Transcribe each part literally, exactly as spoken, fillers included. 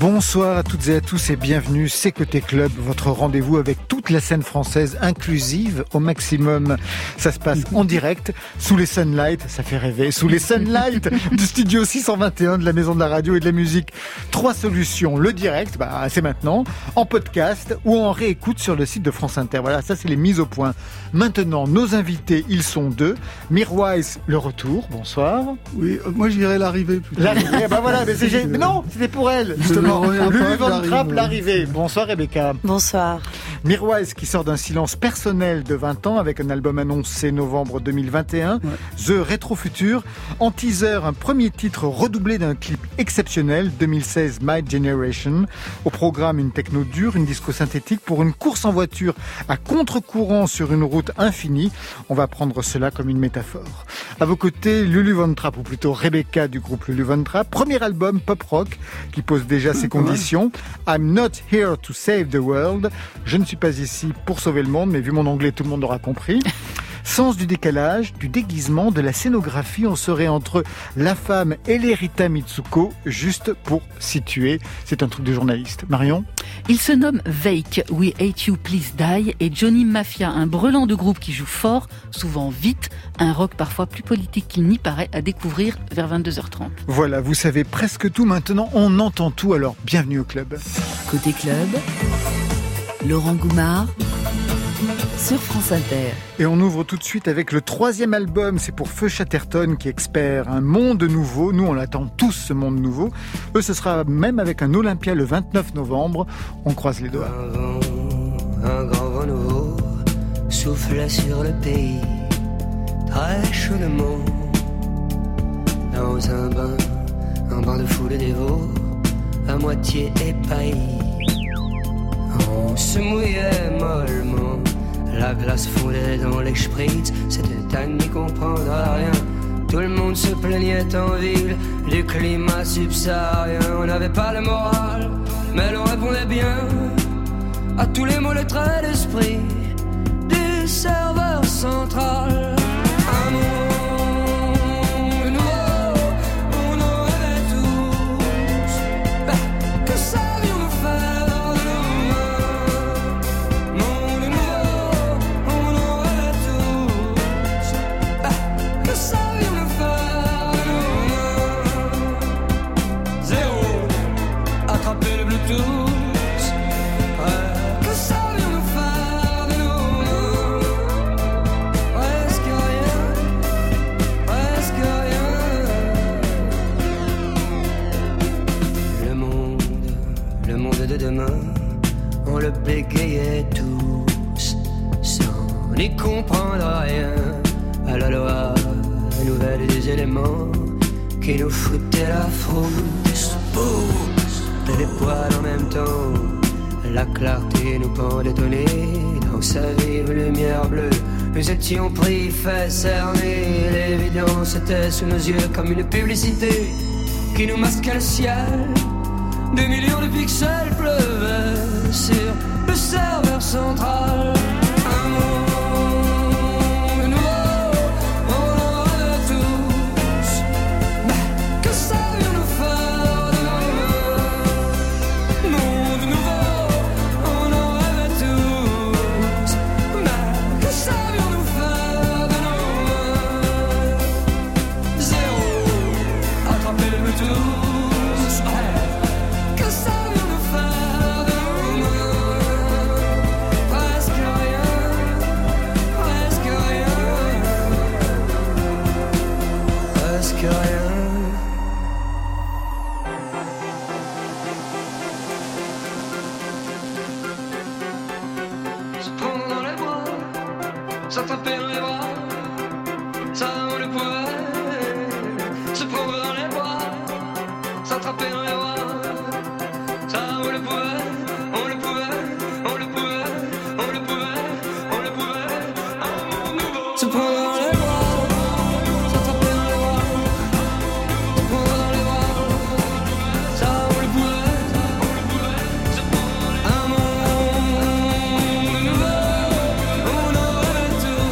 Bonsoir à toutes et à tous et bienvenue, c'est Côté Club, votre rendez-vous avec toute la scène française inclusive au maximum. Ça se passe en direct, sous les sunlights, ça fait rêver, sous les sunlights du studio six cent vingt et un de la Maison de la Radio et de la Musique. Trois solutions, le direct, bah, c'est maintenant, en podcast ou en réécoute sur le site de France Inter. Voilà, ça c'est les mises au point. Maintenant, nos invités, ils sont deux. Mirwais, le retour, bonsoir. Oui, euh, moi j'irais l'arrivée plutôt. L'arrivée, bah voilà, mais, c'est, mais non, c'était pour elle, justement. Lulu Van Trapp, l'arrivée. Bonsoir Rebecca. Bonsoir. Mirwais qui sort d'un silence personnel de vingt ans avec un album annoncé novembre deux mille vingt et un, ouais. The Rétrofutur. En teaser, un premier titre redoublé d'un clip exceptionnel, deux mille seize My Generation. Au programme, une techno dure, une disco synthétique pour une course en voiture à contre-courant sur une route infinie. On va prendre cela comme une métaphore. À vos côtés, Lulu Van Trapp, ou plutôt Rebecca du groupe Lulu Van Trapp. Premier album pop-rock qui pose déjà ses conditions. I'm not here to save the world. Je ne suis pas ici pour sauver le monde, mais vu mon anglais, tout le monde aura compris. Sens du décalage, du déguisement, de la scénographie, on serait entre la femme et l'Erita Mitsuko, juste pour situer. C'est un truc de journaliste. Marion ? Il se nomme Veik, We Hate You Please Die, et Johnny Mafia, un brelan de groupe qui joue fort, souvent vite, un rock parfois plus politique qu'il n'y paraît, à découvrir vers vingt-deux heures trente. Voilà, vous savez presque tout maintenant, on entend tout, alors bienvenue au club. Côté club, Laurent Goumard sur France Inter. Et on ouvre tout de suite avec le troisième album, c'est pour Feu Chatterton qui espère un monde nouveau. Nous, on l'attend tous, ce monde nouveau. Eux, ce sera même avec un Olympia le vingt-neuf novembre. On croise les doigts. Un vent, un grand vent nouveau souffle sur le pays, très chaudement. Dans un bain, un bain de foule dévot, à moitié épaillis. On se mouillait mollement, la glace fondait dans les spritz, c'était à n'y comprendre rien. Tout le monde se plaignait en ville du climat subsaharien. On n'avait pas le moral, mais l'on répondait bien à tous les mots, les traits d'esprit du serveur central. Un monde nouveau, on en rêvait tous. Ben, que savions-nous faire? On le bégayait tous, sans n'y comprendre rien à la loi nouvelle des éléments qui nous foutaient la frousse. Et les poils en même temps, la clarté nous pendait au nez. Dans sa vive lumière bleue, nous étions pris, fait cerner. L'évidence était sous nos yeux comme une publicité qui nous masquait le ciel. Des millions de pixels pleuvaient sur le serveur central. Un monde nouveau, on en rêvait tous. Mais que savions-nous faire de demain? Monde nouveau, on en rêvait tous. Mais que savions-nous faire de demain? Zéro, attraper le tout. S'attraper dans les bras, ça vaut le poids. Se prendre dans les bras, s'attraper dans les bras, ça vaut le poids. On le pouvait, on le pouvait, on le pouvait, on le pouvait. Un monde nouveau. Se prendre dans les bras, s'attraper dans les bras, se prendre dans les bras, ça vaut le poids. Se prendre dans les bras. Un monde nouveau, on en rêve tous.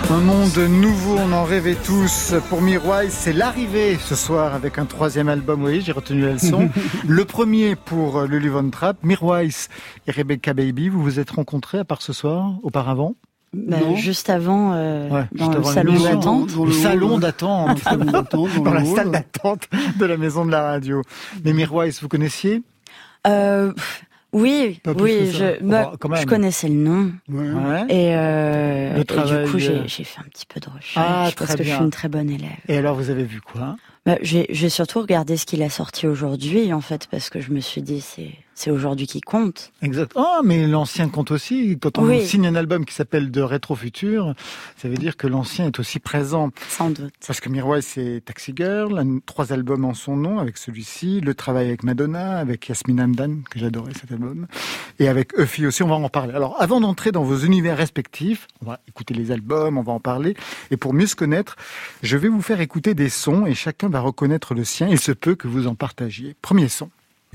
Un monde nouveau, on en rêvait tous. Pour Mirwais, c'est l'arrivée ce soir avec un troisième album. Oui, j'ai retenu la leçon. Le premier pour Lulu Von Trapp. Mirwais et Rebecca Baby, vous vous êtes rencontrés à part ce soir, auparavant? Bah, juste avant, euh, ouais, dans, juste le avant salon d'attente. Dans le salon d'attente. Dans, dans, dans la salle d'attente de la maison de la radio. Mais Mirwais, vous connaissiez? euh, Oui, oui, je, bah, je connaissais le nom. Ouais. Et, euh, le et travail du coup, de... j'ai, j'ai fait un petit peu de recherche ah, parce que bien. Je suis une très bonne élève. Et alors, vous avez vu quoi? Bah, j'ai, j'ai surtout regardé ce qu'il a sorti aujourd'hui, en fait, parce que je me suis dit, c'est, c'est aujourd'hui qui compte. Exact. Oh, mais l'ancien compte aussi. Quand on oui. signe un album qui s'appelle De Rétro Futur, ça veut dire que l'ancien est aussi présent. Sans doute. Parce que Mirwais, c'est Taxi Girl, trois albums en son nom, avec celui-ci, le travail avec Madonna, avec Yasmine Hamdan, que j'adorais cet album, et avec Euphie aussi, on va en parler. Alors, avant d'entrer dans vos univers respectifs, on va écouter les albums, on va en parler, et pour mieux se connaître, je vais vous faire écouter des sons, et chacun va reconnaître le sien. Il se peut que vous en partagiez. Premier son.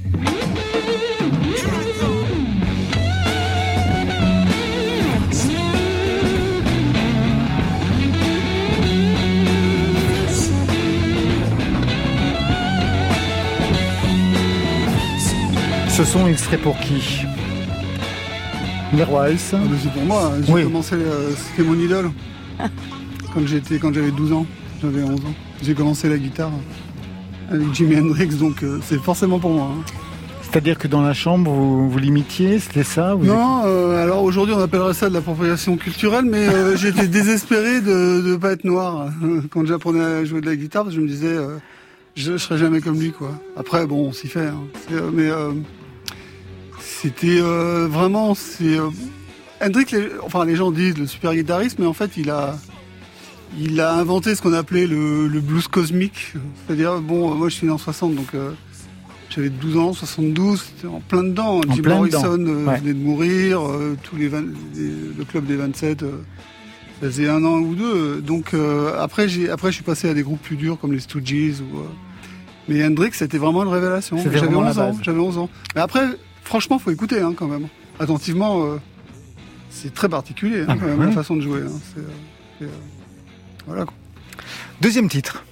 Ce son, il serait pour qui? Mirwais. Ah, c'est pour moi. J'ai oui. commencé, euh, c'était mon idole. Quand j'étais, quand j'avais douze ans, j'avais onze ans. J'ai commencé la guitare avec Jimi Hendrix, donc euh, c'est forcément pour moi. Hein. C'est-à-dire que dans la chambre, vous, vous l'imitiez, c'était ça? Vous Non, êtes... euh, alors aujourd'hui on appellerait ça de l'appropriation culturelle, mais euh, j'étais désespéré de ne pas être noir quand j'apprenais à jouer de la guitare, parce que je me disais, euh, je ne serai jamais comme lui, quoi. Après, bon, on s'y fait, hein. C'est, euh, mais euh, c'était euh, vraiment... C'est, euh, Hendrix, les, enfin les gens disent le super guitariste, mais en fait il a... Il a inventé ce qu'on appelait le, le blues cosmique. C'est-à-dire, bon, moi je suis né en soixante, donc euh, j'avais douze ans, soixante-douze, c'était en plein dedans. En Jim plein Morrison dedans. Euh, ouais. venait de mourir, euh, tous les, vingt, les le club des vingt-sept, euh, ça faisait un an ou deux. Donc euh, après, j'ai, après, je suis passé à des groupes plus durs comme les Stooges. Ou, euh, mais Hendrix, c'était vraiment une révélation. C'était j'avais vraiment onze ans. J'avais onze ans. Mais après, franchement, faut écouter hein, quand même. Attentivement, euh, c'est très particulier hein, ah, quand même, ouais. la façon de jouer. Hein. C'est, euh, c'est, euh, voilà quoi. Deuxième titre.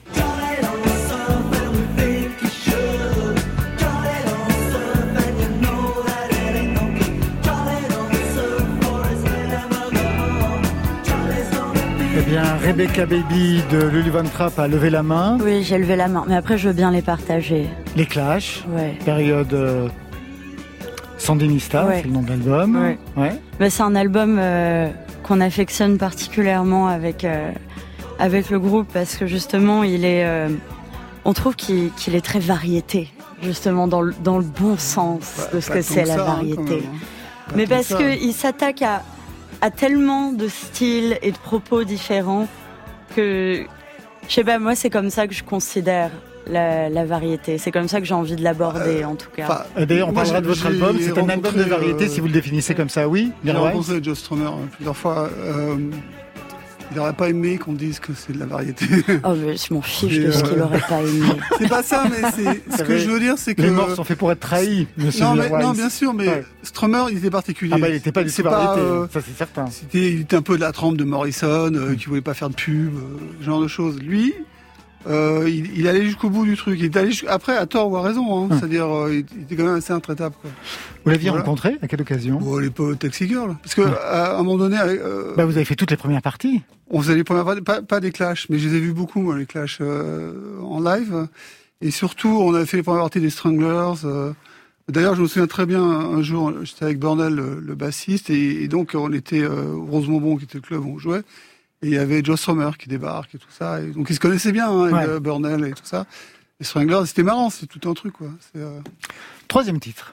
Eh bien, Rebecca Baby de Lulu Von Trapp a levé la main. Oui, j'ai levé la main, mais après je veux bien les partager. Les Clash, ouais. Période euh, Sandinista, ouais. c'est le nom de l'album. Ouais. Ouais. Bah, c'est un album euh, qu'on affectionne particulièrement avec... Euh, avec le groupe parce que justement il est euh, on trouve qu'il, qu'il est très variété justement dans le, dans le bon sens bah, de ce que c'est la ça, variété hein, mais parce qu'il s'attaque à, à tellement de styles et de propos différents que je sais pas, moi c'est comme ça que je considère la, la variété, c'est comme ça que j'ai envie de l'aborder euh, en tout cas. D'ailleurs on parlera de votre album, c'est un album de variété euh, si vous le définissez comme ça, oui. J'ai rencontré Joe Strummer plusieurs fois. euh, Il n'aurait pas aimé qu'on dise que c'est de la variété. Oh, mais je m'en fiche de ce qu'il n'aurait pas aimé. C'est pas ça, mais c'est, ce que je veux dire, c'est que... Les morts sont faits pour être trahis, monsieur Non, mais, non bien sûr, mais ouais. Strummer, il était particulier. Ah bah, il n'était pas du tout variété, euh, ça c'est certain. C'était, il était un peu de la trempe de Morrison, euh, mmh. qui voulait pas faire de pub, euh, ce genre de choses. Lui, euh, il, il allait jusqu'au bout du truc. Il est allé jusqu'... Après, à tort ou à raison, hein. Mmh. C'est-à-dire, euh, il, il était quand même assez intraitable, quoi. Vous l'aviez voilà. rencontré? À quelle occasion? Bon, les potes Taxi Girl. Parce que, ouais. à, à un moment donné, euh, bah, vous avez fait toutes les premières parties. On faisait les premières parties, pas, pas des Clash, mais je les ai vus beaucoup, moi, les Clash, euh, en live. Et surtout, on avait fait les premières parties des Stranglers. Euh, d'ailleurs, je me souviens très bien, un jour, j'étais avec Burnell, le, le bassiste, et, et donc, on était, euh, au Rosemont, qui était le club où on jouait. Et il y avait Joe Strummer qui débarque et tout ça. Et donc, ils se connaissaient bien, hein, ouais. avec Burnell et tout ça. Les Stranglers, c'était marrant, c'est tout un truc, quoi. C'est, euh... Troisième titre.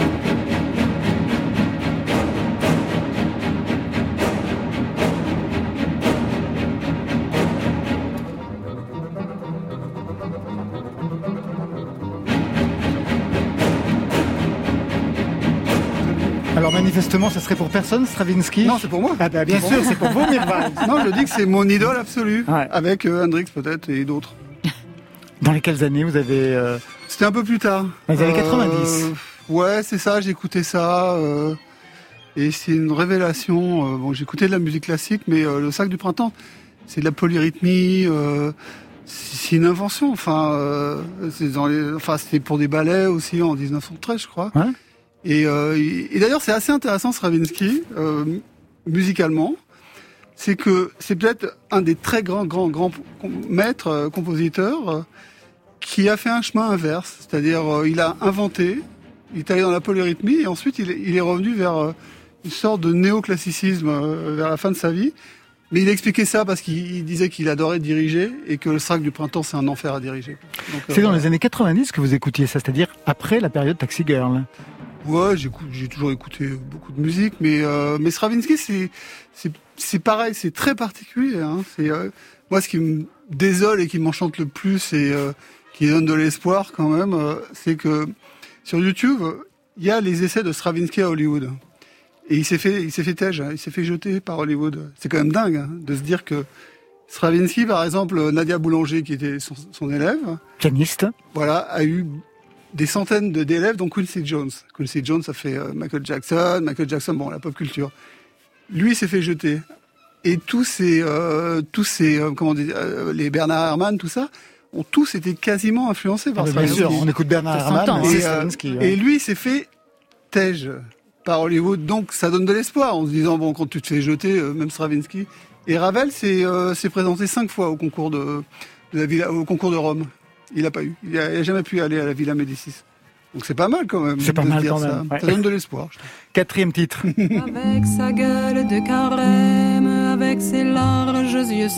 Alors manifestement, ça serait pour personne, Stravinsky? Non, c'est pour moi. Ah bah, bien sûr, c'est pour vous, Mirwais. Non, je dis que c'est mon idole absolue, ouais. avec euh, Hendrix peut-être et d'autres. Dans les quelles années vous avez... Euh... C'était un peu plus tard. Dans les années quatre-vingt-dix. Euh, ouais, c'est ça, j'ai écouté ça. Euh... Et c'est une révélation. Euh, bon, j'écoutais de la musique classique, mais euh, le Cercle du Printemps, c'est de la polyrythmie. Euh, c'est une invention. Enfin, euh, c'est dans les, enfin, c'était pour des ballets aussi en dix-neuf cent treize, je crois. Ouais. Et, euh, et d'ailleurs, c'est assez intéressant, Stravinsky, euh, musicalement. C'est que c'est peut-être un des très grands, grands, grands maîtres, euh, compositeurs, euh, qui a fait un chemin inverse. C'est-à-dire, euh, il a inventé, il est allé dans la polyrythmie, et ensuite, il, il est revenu vers euh, une sorte de néoclassicisme euh, vers la fin de sa vie. Mais il expliquait ça parce qu'il disait qu'il adorait diriger et que le Cercle du Printemps, c'est un enfer à diriger. Donc, c'est euh, dans les années quatre-vingt-dix que vous écoutiez ça, c'est-à-dire après la période Taxi Girl. Ouais, j'écoute, j'ai toujours écouté beaucoup de musique, mais euh, mais Stravinsky, c'est c'est c'est pareil, c'est très particulier. Hein. C'est euh, moi ce qui me désole et qui m'enchante le plus et euh, qui donne de l'espoir quand même, euh, c'est que sur YouTube, il y a les essais de Stravinsky à Hollywood. Et il s'est fait, il s'est fait tège, il s'est fait jeter par Hollywood. C'est quand même dingue hein, de se dire que Stravinsky, par exemple, Nadia Boulanger, qui était son, son élève, pianiste, voilà, a eu des centaines de d'élèves, dont Quincy Jones. Quincy Jones, ça fait euh, Michael Jackson, Michael Jackson, bon, la pop culture. Lui, il s'est fait jeter. Et tous ces, euh, tous ces, euh, comment dire, euh, les Bernard Herrmann, tout ça, ont tous été quasiment influencés par ah, Stravinsky. Bien sûr, on écoute Bernard Herrmann, et, c'est euh, Stravinsky. Ouais. Et lui, il s'est fait tège par Hollywood, donc ça donne de l'espoir en se disant bon, quand tu te fais jeter, euh, même Stravinsky. Et Ravel s'est euh, s'est présenté cinq fois au concours de, de la Villa, au concours de Rome. Il n'a pas eu. Il n'a jamais pu aller à la Villa Médicis. Donc c'est pas mal quand même. C'est pas de mal dire quand ça. même. Ouais. Ça donne de l'espoir. Je trouve. Quatrième titre. Avec sa gueule de carême, avec ses larges yeux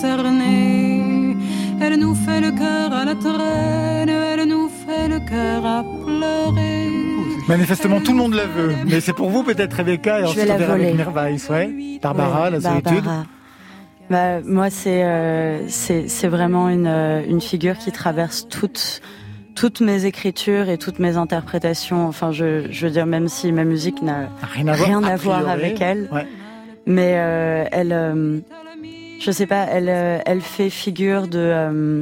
cernés, elle nous fait le cœur à la traîne, elle nous fait le cœur à pleurer. Manifestement, tout le monde la veut. Mais c'est pour vous peut-être, Rebecca, et ensuite on verra avec Mirwais, ouais. Barbara, ouais, la Barbara. solitude. Bah, moi, c'est, euh, c'est, c'est vraiment une, une figure qui traverse toutes, toutes mes écritures et toutes mes interprétations. Enfin, je, je veux dire, même si ma musique n'a rien à voir, rien à voir avec elle. Ouais. Mais euh, elle, euh, je sais pas, elle, euh, elle fait figure de... Euh,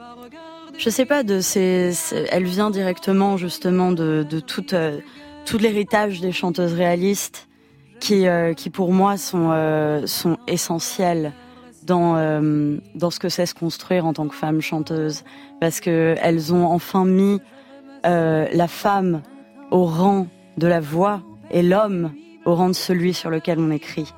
Je sais pas, de ces, elle vient directement justement de, de tout, euh, tout l'héritage des chanteuses réalistes qui, euh, qui pour moi sont, euh, sont essentielles dans, euh, dans ce que c'est se construire en tant que femme chanteuse, parce que elles ont enfin mis euh, la femme au rang de la voix et l'homme au rang de celui sur lequel on écrit.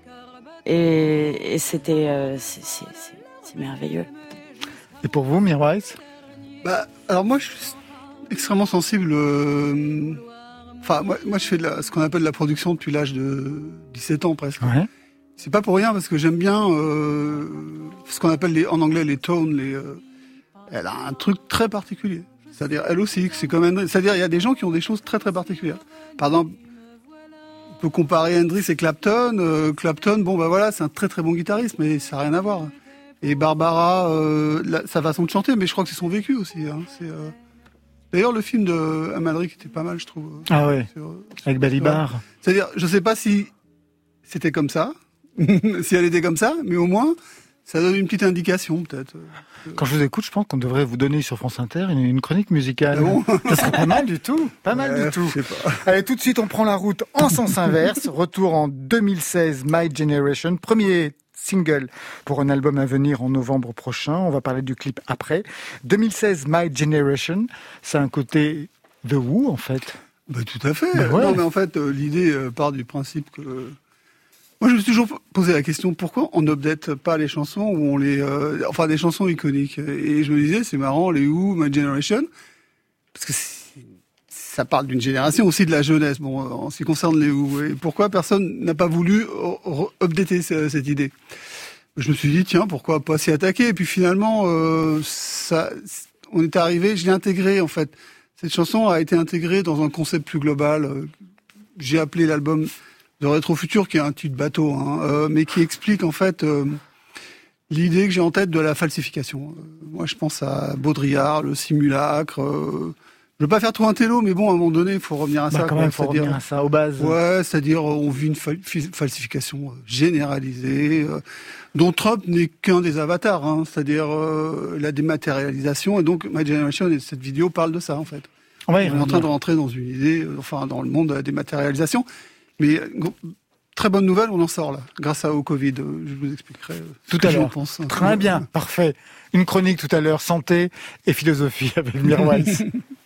Et, et c'était, euh, c'est, c'est, c'est, c'est merveilleux. Et pour vous, Mirwais? Bah, alors moi, je suis extrêmement sensible. Euh, enfin, moi, moi, je fais de la, ce qu'on appelle de la production depuis l'âge de dix-sept ans presque. Ouais. C'est pas pour rien parce que j'aime bien euh, ce qu'on appelle les, en anglais les tones. Les, euh, elle a un truc très particulier. C'est-à-dire, elle aussi, c'est comme Hendrix. C'est-à-dire, il y a des gens qui ont des choses très très particulières. Par exemple, on peut comparer Hendrix et Clapton. Euh, Clapton, bon, bah voilà, c'est un très très bon guitariste, mais ça n'a rien à voir. Et Barbara, euh, la, sa façon de chanter, mais je crois que c'est son vécu aussi. Hein. C'est, euh... D'ailleurs, le film de Amalric était pas mal, je trouve. Ah ouais, sur, sur, avec Balibar. Ouais. C'est-à-dire, je sais pas si c'était comme ça, si elle était comme ça, mais au moins, ça donne une petite indication, peut-être. Quand je vous écoute, je pense qu'on devrait vous donner sur France Inter une, une chronique musicale. Ah bon ça serait pas mal du tout. Pas mal ouais, du tout. Je sais pas. Allez, tout de suite, on prend la route en sens inverse. Retour en deux mille seize, My Generation. Premier single pour un album à venir en novembre prochain. On va parler du clip après. deux mille seize, My Generation. C'est un côté The Who, en fait. Bah, tout à fait. Bah, ouais. Non, mais en fait, euh, l'idée euh, part du principe que... Euh... Moi, je me suis toujours posé la question, pourquoi on n'update pas les chansons où on les... Euh... Enfin, des chansons iconiques. Et je me disais, c'est marrant, les Who, My Generation, parce que ça parle d'une génération aussi de la jeunesse, bon, en ce qui concerne les Who. Et pourquoi personne n'a pas voulu updater cette idée? Je me suis dit, tiens, pourquoi pas s'y attaquer? Et puis finalement, euh, ça, on est arrivé, je l'ai intégré, en fait. Cette chanson a été intégrée dans un concept plus global. J'ai appelé l'album de Rétrofutur, qui est un titre bateau, hein, euh, mais qui explique, en fait, euh, l'idée que j'ai en tête de la falsification. Euh, moi, je pense à Baudrillard, le simulacre... Euh, je veux pas faire trop un télo, mais bon, à un moment donné, il faut revenir à bah, ça. Quand même, il faut revenir à ça, aux bases. Ouais, c'est-à-dire, on vit une fa- falsification généralisée, euh, dont Trump n'est qu'un des avatars, hein, c'est-à-dire euh, la dématérialisation. Et donc, My Generation, et cette vidéo parle de ça, en fait. Ouais, on est en train de rentrer dans une idée, euh, enfin, dans le monde de la dématérialisation. Mais très bonne nouvelle, on en sort là, grâce à, au Covid. Je vous expliquerai tout à l'heure. Pense. Très bien, parfait. Une chronique tout à l'heure, santé et philosophie avec Mirwais.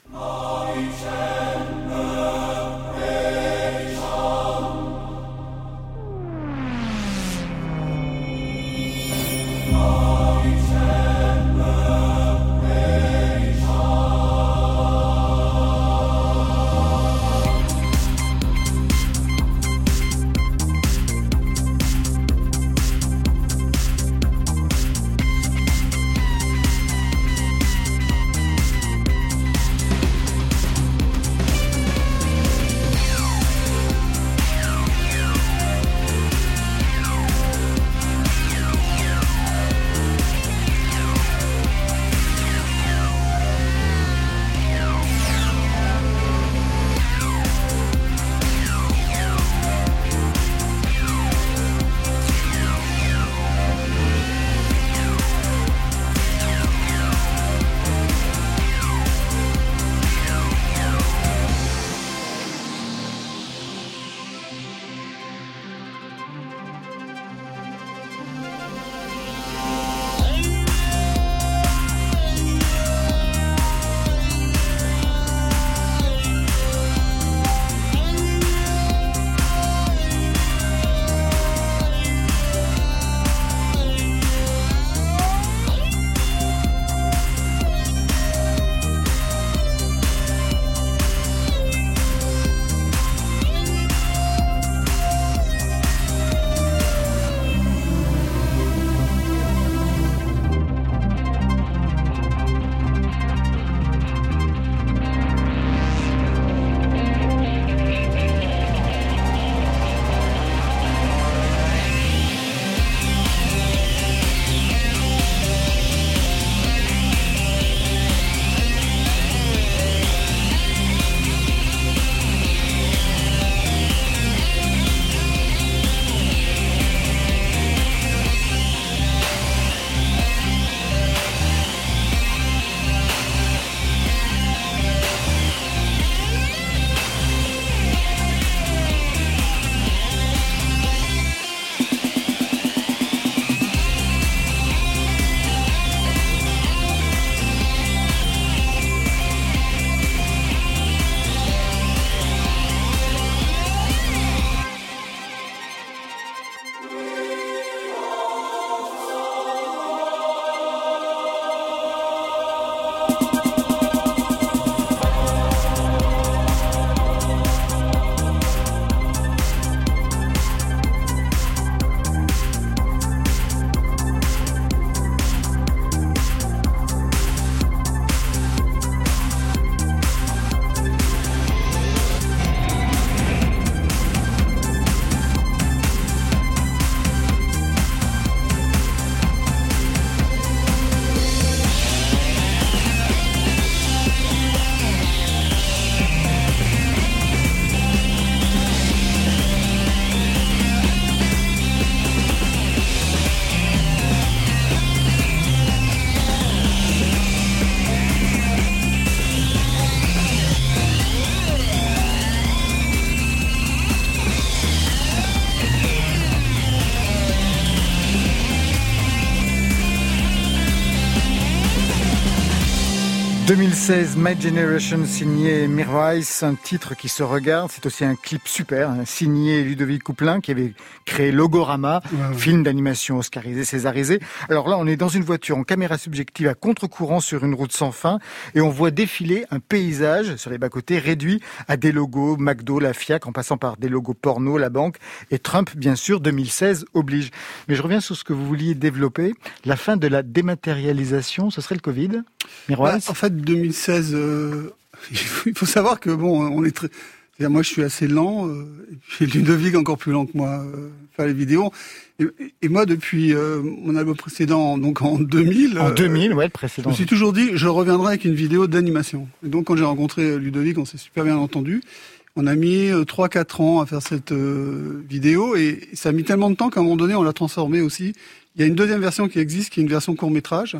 deux mille seize, My Generation, signé Mirwais, un titre qui se regarde. C'est aussi un clip super, hein, signé Ludovic Couplin, qui avait créé Logorama, ouais, ouais. film d'animation oscarisé, césarisé. Alors là, on est dans une voiture en caméra subjective à contre-courant sur une route sans fin, et on voit défiler un paysage sur les bas-côtés réduit à des logos, McDo, la Fiac, en passant par des logos porno, la banque, et Trump, bien sûr, deux mille seize oblige. Mais je reviens sur ce que vous vouliez développer. La fin de la dématérialisation, ce serait le Covid, Mirwais ? Ouais, en fait, deux mille seize, euh, il faut savoir que bon, on est très. C'est-à-dire, moi, je suis assez lent, euh, et puis Ludovic encore plus lent que moi, euh, faire les vidéos. Et, et moi, depuis euh, mon album précédent, donc en deux mille. En deux mille, euh, ouais, le précédent. Je me suis toujours dit, je reviendrai avec une vidéo d'animation. Et donc, quand j'ai rencontré Ludovic, on s'est super bien entendu. On a mis trois quatre ans à faire cette euh, vidéo, et ça a mis tellement de temps qu'à un moment donné, on l'a transformée aussi. Il y a une deuxième version qui existe, qui est une version court-métrage.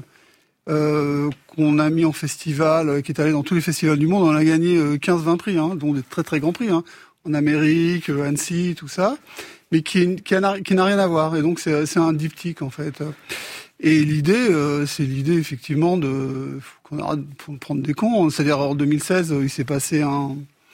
Euh, qu'on a mis en festival, euh, qui est allé dans tous les festivals du monde. On a gagné euh, quinze vingt prix, hein, dont des très très grands prix, hein, en Amérique, euh, Annecy, tout ça. mais qui, qui, a, qui n'a rien à voir. Et donc c'est, c'est un diptyque en fait. Et l'idée, euh, c'est l'idée effectivement de faut qu'on arrête de prendre des cons. C'est-à-dire en deux mille seize, il s'est passé un.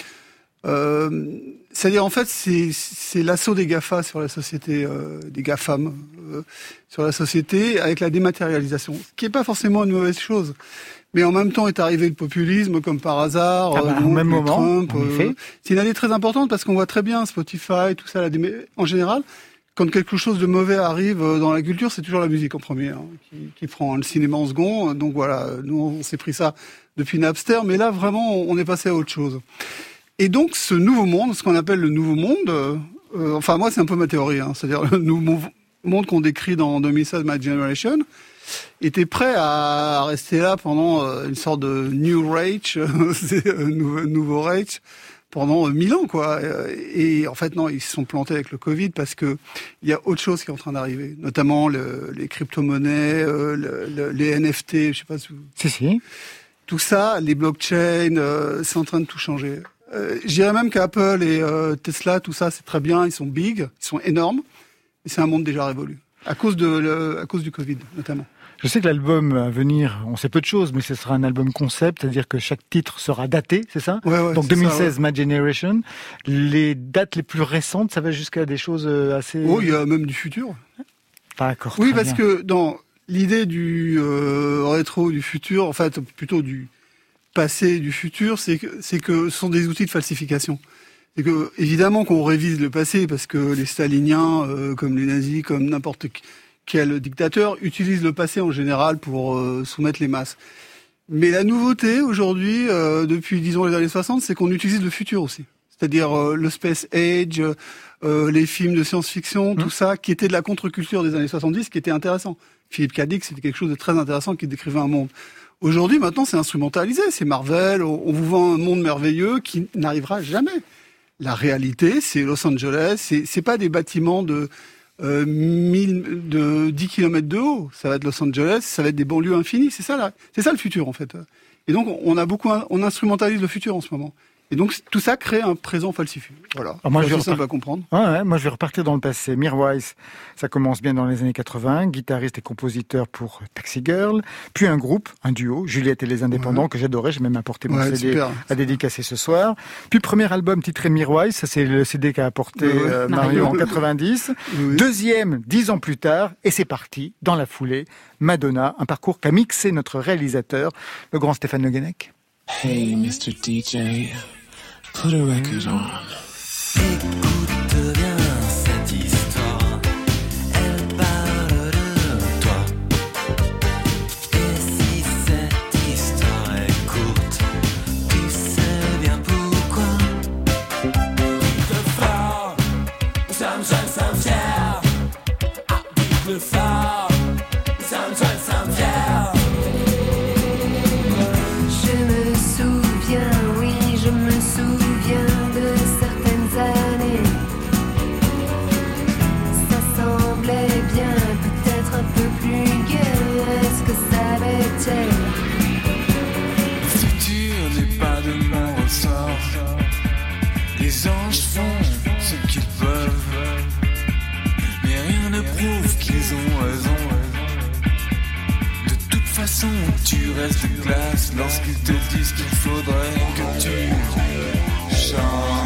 Euh, c'est-à-dire en fait, c'est, c'est l'assaut des GAFA sur la société, euh, des GAFAM euh, sur la société, avec la dématérialisation, ce qui n'est pas forcément une mauvaise chose. Mais en même temps est arrivé le populisme, comme par hasard, ah bah, euh, au même moment, Trump. En effet. Euh, c'est une année très importante parce qu'on voit très bien Spotify, tout ça, la déma... en général. Quand quelque chose de mauvais arrive dans la culture, c'est toujours la musique en premier, hein, qui, qui prend le cinéma en second. Donc voilà, nous on s'est pris ça depuis Napster, mais là vraiment on est passé à autre chose. Et donc ce nouveau monde, ce qu'on appelle le nouveau monde, euh, enfin moi c'est un peu ma théorie, hein, c'est-à-dire le nouveau monde qu'on décrit dans deux mille seize, My Generation, était prêt à rester là pendant euh, une sorte de New Rage, c'est euh, nouveau, nouveau Rage, pendant mille ans, quoi. Et en fait, non, ils se sont plantés avec le Covid parce que il y a autre chose qui est en train d'arriver, notamment le, les crypto-monnaies, euh, le, le, les N F T, je sais pas si vous... Si, si. Tout ça, les blockchains, euh, c'est en train de tout changer. Euh, je dirais même qu'Apple et euh, Tesla, tout ça, c'est très bien, ils sont big, ils sont énormes, et c'est un monde déjà révolu. À cause de, le, à cause du Covid, notamment. Je sais que l'album à venir, on sait peu de choses, mais ce sera un album concept, c'est-à-dire que chaque titre sera daté, c'est ça? Ouais, ouais, donc c'est deux mille seize, ça, ouais. My Generation. Les dates les plus récentes, ça va jusqu'à des choses assez... Oh, il y a même du futur. D'accord. Oui, parce bien. que dans l'idée du euh, rétro, du futur, en fait, plutôt du passé, du futur, c'est que, c'est que ce sont des outils de falsification. C'est que, évidemment qu'on révise le passé, parce que les staliniens, euh, comme les nazis, comme n'importe qui, quel dictateur utilise le passé en général pour euh, soumettre les masses. Mais la nouveauté aujourd'hui, euh, depuis disons les années soixante, c'est qu'on utilise le futur aussi. C'est-à-dire euh, le Space Age, euh, les films de science-fiction, mmh. tout ça, qui était de la contre-culture des années soixante-dix, qui était intéressant. Philippe K. Dick, c'était quelque chose de très intéressant qui décrivait un monde. Aujourd'hui, maintenant, c'est instrumentalisé, c'est Marvel, on vous vend un monde merveilleux qui n'arrivera jamais. La réalité, c'est Los Angeles, c'est, c'est pas des bâtiments de... Euh, mille, de dix kilomètres de haut, ça va être Los Angeles, ça va être des banlieues infinies, c'est ça là, c'est ça le futur en fait. Et donc on a beaucoup, on instrumentalise le futur en ce moment. Et donc tout ça crée un présent falsifié. Voilà. Alors moi, je vais ça repart... va comprendre. Ouais, ouais, moi je vais repartir dans le passé. Mirwais, ça commence bien dans les années quatre-vingts, guitariste et compositeur pour Taxi Girl, puis un groupe, un duo, Juliette et les Indépendants, ouais. que j'adorais, j'ai même apporté mon ouais, C D super. à dédicacer ce soir. Puis premier album titré Mirwais, ça c'est le C D qu'a apporté ouais, euh, Mario en quatre-vingt-dix. Oui. Deuxième, dix ans plus tard, et c'est parti, dans la foulée, Madonna, un parcours qu'a mixé notre réalisateur, le grand Stéphane Le Guenec. Hey, mister D J, put a record on. Écoute bien cette histoire, elle parle de toi. Et si cette histoire est courte, tu sais bien pourquoi. Le phare, ça me sonne, ça me fière. Ah, le phare, ça me sonne, ça me fière. Je me souviens, oui, je me souviens de certaines années. Ça semblait bien, peut-être un peu plus gai. Est-ce que ça l'était? Le futur n'est pas de mon ressort. Les anges font ce qu'ils peuvent, mais rien ne prouve qu'ils ont raison. De toute façon, tu restes classe lorsqu'ils te disent qu'il faudrait que tu changes.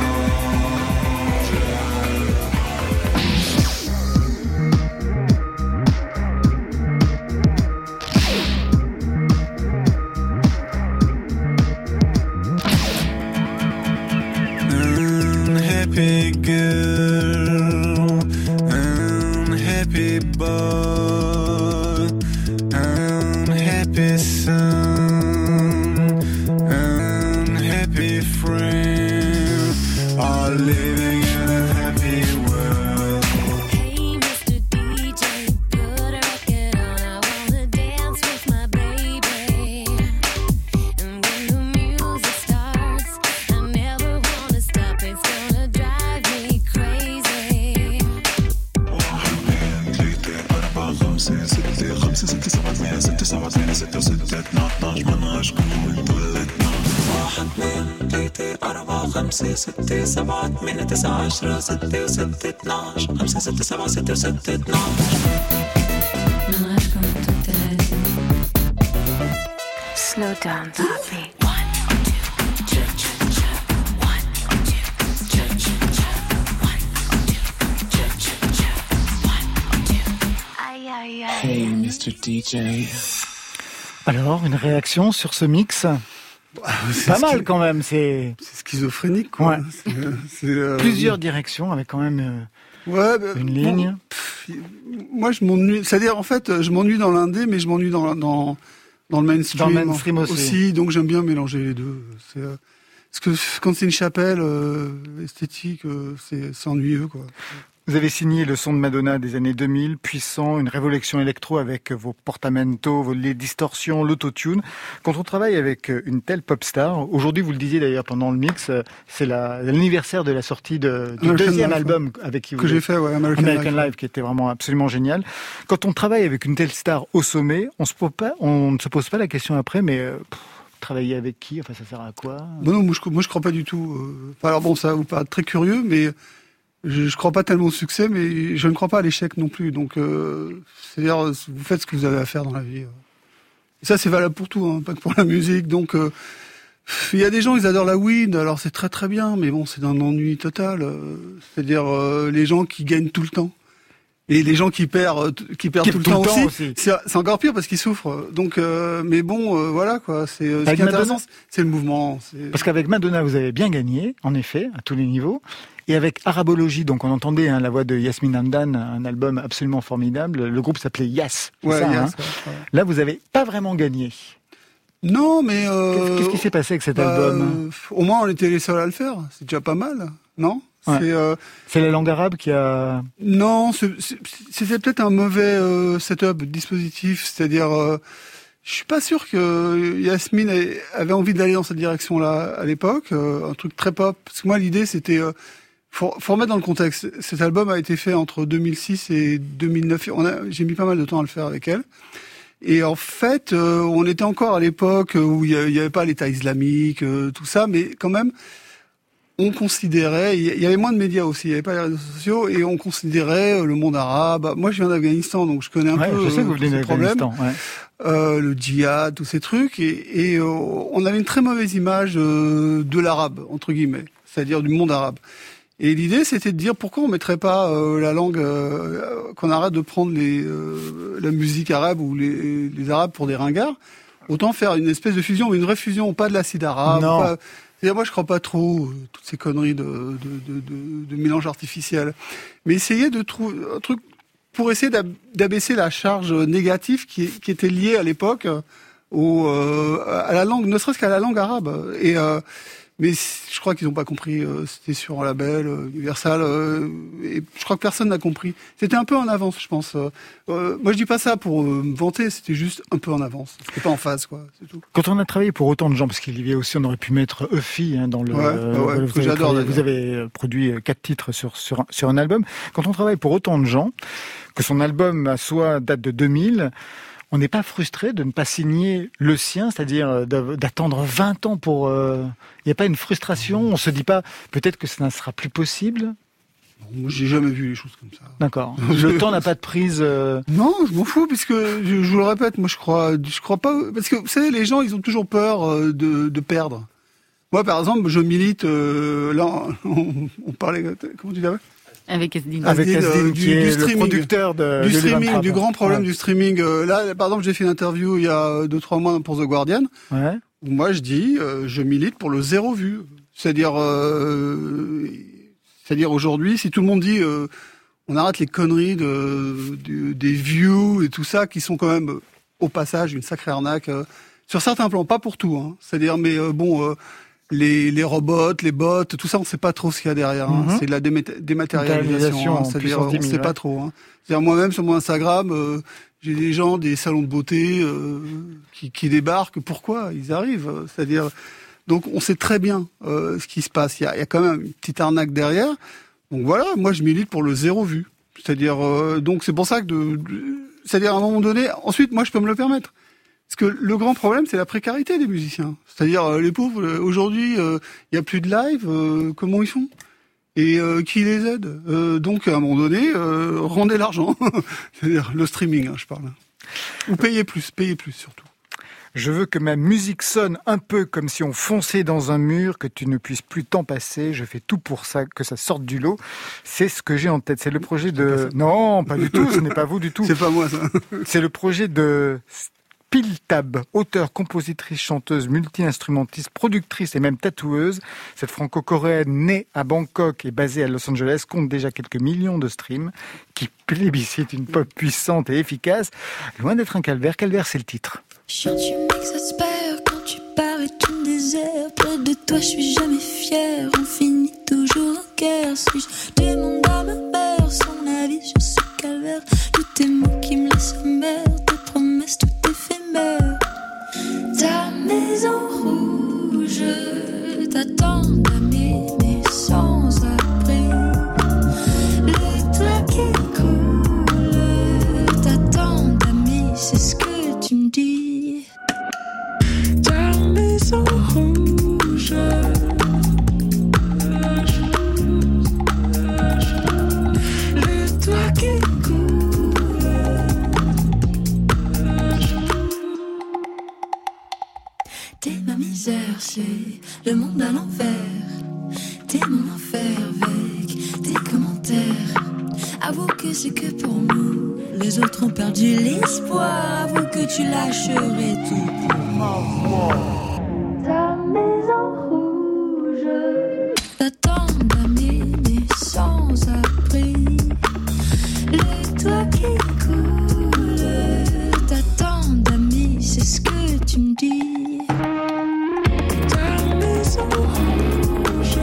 Unhappy girl, unhappy boy, unhappy son, unhappy friend, all living in a happy world. Hey, mister D J, put a record on. I wanna dance with my baby. And when the music starts, I never wanna stop. It's gonna drive me crazy. C'était Ramsey, c'était ça va bien, c'était ça va bien, c'était cette tête. Maintenant je manage comme une boulette. واحد اثنين ثلاثة أربعة خمسة ستة سبعة ثمانية تسعة عشرة ستة وستة اثناش خمسة ستة سبعة ستة وستة اثناش Slow down, Poppy. Hey, mister D J. Alors, une réaction sur ce mix? C'est Pas ce mal qui- quand même, c'est C'est schizophrénique, quoi. Ouais. C'est, euh, c'est, euh, plusieurs directions avec quand même euh, Ouais, bah, une bon, ligne. pff, moi, je m'ennuie. C'est-à-dire, en fait, je m'ennuie dans l'indé, mais je m'ennuie dans, dans, dans le mainstream, Dans le mainstream aussi. Donc, j'aime bien mélanger les deux. C'est, euh, parce que quand c'est une chapelle euh, esthétique, euh, c'est, c'est ennuyeux, quoi. Vous avez signé le son de Madonna des années deux mille, puissant, une révolution électro avec vos portamentos, vos, les distorsions, l'autotune. Quand on travaille avec une telle pop star, aujourd'hui vous le disiez d'ailleurs pendant le mix, c'est la, l'anniversaire de la sortie de, du American deuxième Life, album avec qui vous Que j'ai avez- fait, ouais, American, American Life. Life, qui était vraiment absolument génial. Quand on travaille avec une telle star au sommet, on se pose pas, on ne se pose pas la question après, mais euh, pff, travailler avec qui? Enfin, ça sert à quoi? Bon, non, moi je, moi je crois pas du tout. euh. Enfin, alors bon, ça va vous paraît très curieux, mais je, je crois pas tellement au succès, mais je ne crois pas à l'échec non plus. Donc, euh, c'est-à-dire, vous faites ce que vous avez à faire dans la vie. Et ça, c'est valable pour tout, hein, pas que pour la musique. Donc, euh, il y a des gens, ils adorent la weed, alors c'est très très bien, mais bon, c'est d'un ennui total. euh, C'est-à-dire euh, les gens qui gagnent tout le temps. Et les gens qui perdent, t- qui perdent Qui tout le tout le temps, temps aussi, aussi. C'est, c'est encore pire parce qu'ils souffrent. Donc, euh, mais bon, euh, voilà quoi. C'est euh, ce Avec qui est intéressant, Madonna- c'est le mouvement. C'est... Parce qu'avec Madonna, vous avez bien gagné, en effet, à tous les niveaux. Et avec Arabologie, donc on entendait hein, la voix de Yasmine Hamdan, un album absolument formidable. Le groupe s'appelait Yas. c'est Ouais, ça, yes, hein. ouais, ouais. Là, vous avez pas vraiment gagné. Non, mais euh, Qu'est-ce, qu'est-ce qui s'est passé avec cet bah, album? euh, Au moins, on était les seuls à le faire. C'est déjà pas mal, non? Ouais. C'est euh, C'est la langue arabe qui a... non, c'est- c'est- c'était peut-être un mauvais euh, setup, dispositif. C'est-à-dire, euh, je suis pas sûr que Yasmine ait- avait envie d'aller dans cette direction-là à l'époque. euh, un truc très pop. Parce que moi, l'idée, c'était euh, faut, faut remettre dans le contexte. Cet album a été fait entre deux mille six et deux mille neuf. On a, j'ai mis pas mal de temps à le faire avec elle. Et en fait, euh, on était encore à l'époque où il n'y avait pas l'État islamique, euh, tout ça, mais quand même, on considérait, il y avait moins de médias aussi, il n'y avait pas les réseaux sociaux, et on considérait euh, le monde arabe. Moi, je viens d'Afghanistan, donc je connais un Ouais, peu je sais que vous euh, venez ces problèmes. d'Afghanistan. Ouais. Euh, le djihad, tous ces trucs, et, et euh, on avait une très mauvaise image euh, de l'arabe, entre guillemets, c'est-à-dire du monde arabe. Et l'idée, c'était de dire pourquoi on mettrait pas euh, la langue, euh, qu'on arrête de prendre les, euh, la musique arabe ou les, les arabes pour des ringards, autant faire une espèce de fusion, mais une vraie fusion, pas de l'acide arabe. Non. Pas, c'est-à-dire, moi, je crois pas trop euh, toutes ces conneries de, de, de, de, de mélange artificiel, mais essayer de trouver un truc pour essayer d'ab- d'abaisser la charge négative qui, qui était liée à l'époque euh, au, euh, à la langue, ne serait-ce qu'à la langue arabe. Et euh, mais je crois qu'ils n'ont pas compris. euh, C'était sur un label euh, Universal, euh, et je crois que personne n'a compris. C'était un peu en avance, je pense. Euh, euh, moi, je dis pas ça pour euh, me vanter. C'était juste un peu en avance. C'était pas en phase, quoi. C'est tout. Quand on a travaillé pour autant de gens, parce qu'il y avait aussi, on aurait pu mettre Euphie hein, dans le. Ouais, euh, ouais, vous, que avez j'adore, travaillé- vous d'ailleurs. avez euh, produit euh, quatre titres sur sur un- sur un album. Quand on travaille pour autant de gens, que son album à soi date de deux mille. On n'est pas frustré de ne pas signer le sien, c'est-à-dire euh, d'av- d'attendre vingt ans pour... euh, Il n'y a pas une frustration, on se dit pas peut-être que ça ne sera plus possible. Bon, moi, j'ai jamais vu les choses comme ça. D'accord. Le temps n'a pas de prise... euh, Non, je m'en fous, puisque je, je vous le répète, moi je crois, je crois pas, parce que vous savez, les gens, ils ont toujours peur euh, de, de perdre. Moi, par exemple, je milite. Euh, là, on, on parlait, comment tu l'avais Avec Asdin. Avec Asdin, Asdin, euh, qui du- est du le streaming. producteur de du de streaming, Levan du Trapp. grand problème Ouais. du streaming. Euh, là, par exemple, j'ai fait une interview il y a deux trois mois pour The Guardian. Ouais. Où moi, je dis, euh, je milite pour le zéro vue. C'est-à-dire, euh, c'est-à-dire aujourd'hui, si tout le monde dit, euh, on arrête les conneries de, du- des views et tout ça, qui sont quand même, euh, au passage, une sacrée arnaque. euh, sur certains plans, pas pour tout. Hein. C'est-à-dire, mais euh, bon. Euh, Les, les robots, les bots, tout ça, on sait pas trop ce qu'il y a derrière. Hein. Mhm. C'est de la démata- dématérialisation. en Hein. C'est-à-dire, puissance on dix mille, sait ouais. pas trop. Hein. C'est-à-dire, moi-même, sur mon Instagram, euh, j'ai des gens, des salons de beauté euh, qui, qui débarquent. Pourquoi ils arrivent? C'est-à-dire, donc, on sait très bien euh, ce qui se passe. Il y a, il y a quand même une petite arnaque derrière. Donc voilà, moi, je milite pour le zéro vue. C'est-à-dire, euh, donc, c'est pour ça que, de, de- c'est-à-dire, à un moment donné, ensuite, moi, je peux me le permettre. Parce que le grand problème, c'est la précarité des musiciens. C'est-à-dire, euh, les pauvres, euh, aujourd'hui, il euh, y a plus de live, euh, comment ils font ? Et euh, qui les aide ? euh, Donc, à un moment donné, euh, rendez l'argent. C'est-à-dire le streaming, hein, je parle. Ou payez plus, payez plus surtout. Je veux que ma musique sonne un peu comme si on fonçait dans un mur, que tu ne puisses plus t'en passer. Je fais tout pour ça, que ça sorte du lot. C'est ce que j'ai en tête. C'est le projet de... Non, pas du tout. Ce n'est pas vous du tout. C'est pas moi, ça. C'est le projet de Spiltab, auteure, compositrice, chanteuse, multi-instrumentiste, productrice et même tatoueuse. Cette franco-coréenne née à Bangkok et basée à Los Angeles compte déjà quelques millions de streams, qui plébiscite une pop puissante et efficace. Loin d'être un calvaire. Calvaire, c'est le titre. Chien, tu m'exaspères quand tu pars et tu me désertes. Près de toi, je suis jamais fière. On finit toujours en guerre. Suis-je démon à ma mère? Son avis sur ce calvaire. Tous tes mots qui me laissent amère. Tes promesses, tout éphémère. Ta maison rouge t'attend d'amener, mais sans abri. Le toit qui coule t'attend d'amis. C'est ce que tu me dis. Ta maison rouge, le toit qui coule. T'es ma misère, c'est le monde à l'envers. T'es mon enfer avec tes commentaires. Avoue que c'est que pour nous. Les autres ont perdu l'espoir. Avoue que tu lâcherais tout pour moi. Ta maison rouge t'attend d'amis, mais sans abri. Le toit qui coule t'attend d'amis. C'est ce que tu me dis. Ta maison rouge.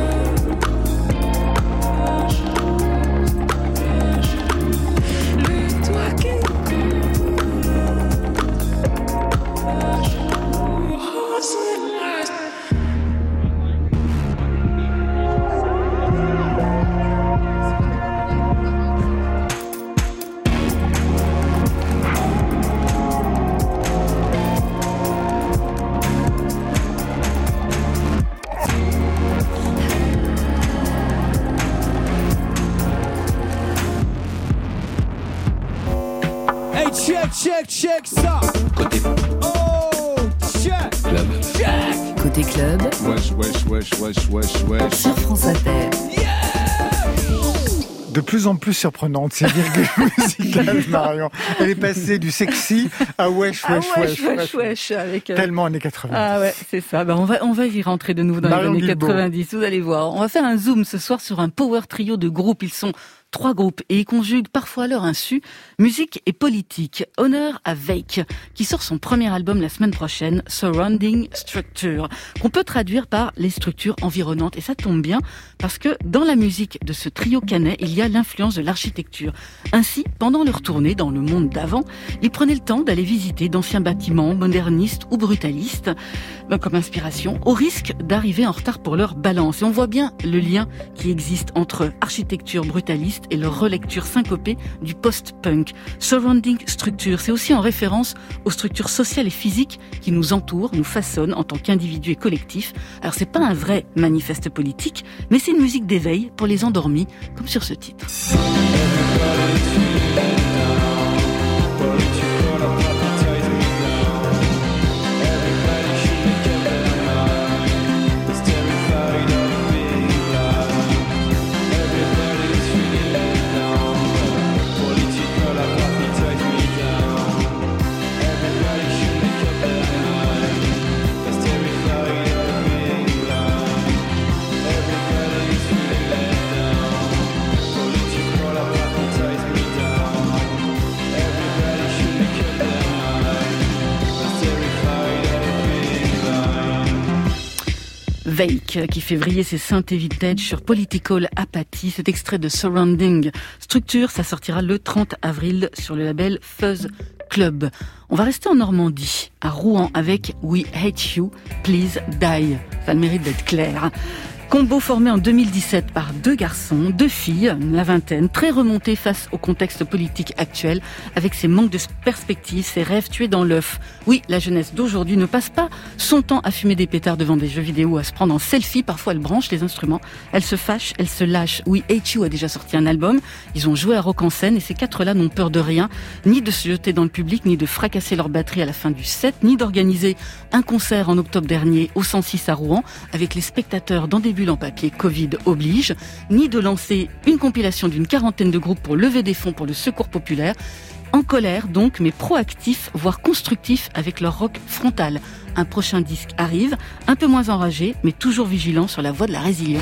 Check, check, check ça. Côté. Oh, check. Club. Check. Côté club. Wesh, wesh, wesh, wesh, wesh, wesh. Sur France Inter. Yeah. De plus en plus surprenante, ces virgules musicales, Marion. Elle est passée du sexy à wesh, wesh, ah, wesh, wesh, wesh, wesh, avec, euh... tellement années quatre-vingt-dix. Ah ouais, c'est ça. Ben, on va, on va y rentrer de nouveau dans Marion les années Guilbault. quatre-vingt-dix. Vous allez voir. On va faire un zoom ce soir sur un power trio de groupes. Ils sont trois groupes et ils conjuguent parfois à leur insu musique et politique. Honneur à Veik, qui sort son premier album la semaine prochaine, Surrounding Structure, qu'on peut traduire par les structures environnantes. Et ça tombe bien, parce que dans la musique de ce trio canet, il y a l'influence de l'architecture. Ainsi, pendant leur tournée dans le monde d'avant, ils prenaient le temps d'aller visiter d'anciens bâtiments modernistes ou brutalistes, comme inspiration, au risque d'arriver en retard pour leur balance. Et on voit bien le lien qui existe entre architecture brutaliste et leur relecture syncopée du post-punk. Surrounding Structure, c'est aussi en référence aux structures sociales et physiques qui nous entourent, nous façonnent en tant qu'individus et collectifs. Alors c'est pas un vrai manifeste politique, mais c'est une musique d'éveil pour les endormis, comme sur ce titre. Veik, qui fait vriller ses synthés vintage sur Political Apathy. Cet extrait de Surrounding Structure, ça sortira le trente avril sur le label Fuzz Club. On va rester en Normandie, à Rouen, avec We Hate You, Please Die. Ça a le mérite d'être clair. Combo formé en deux mille dix-sept par deux garçons, deux filles, la vingtaine, très remontés face au contexte politique actuel, avec ses manques de perspective, ses rêves tués dans l'œuf. Oui, la jeunesse d'aujourd'hui ne passe pas son temps à fumer des pétards devant des jeux vidéo, à se prendre en selfie, parfois elle branche les instruments, elle se fâche, elle se lâche. Oui, Hate You a déjà sorti un album, ils ont joué à Rock en scène et ces quatre-là n'ont peur de rien, ni de se jeter dans le public, ni de fracasser leur batterie à la fin du set, ni d'organiser un concert en octobre dernier au cent six à Rouen, avec les spectateurs dans des bulles en papier Covid oblige, ni de lancer une compilation d'une quarantaine de groupes pour lever des fonds pour le secours populaire. En colère donc, mais proactif, voire constructif avec leur rock frontal. Un prochain disque arrive, un peu moins enragé, mais toujours vigilant sur la voie de la résilience.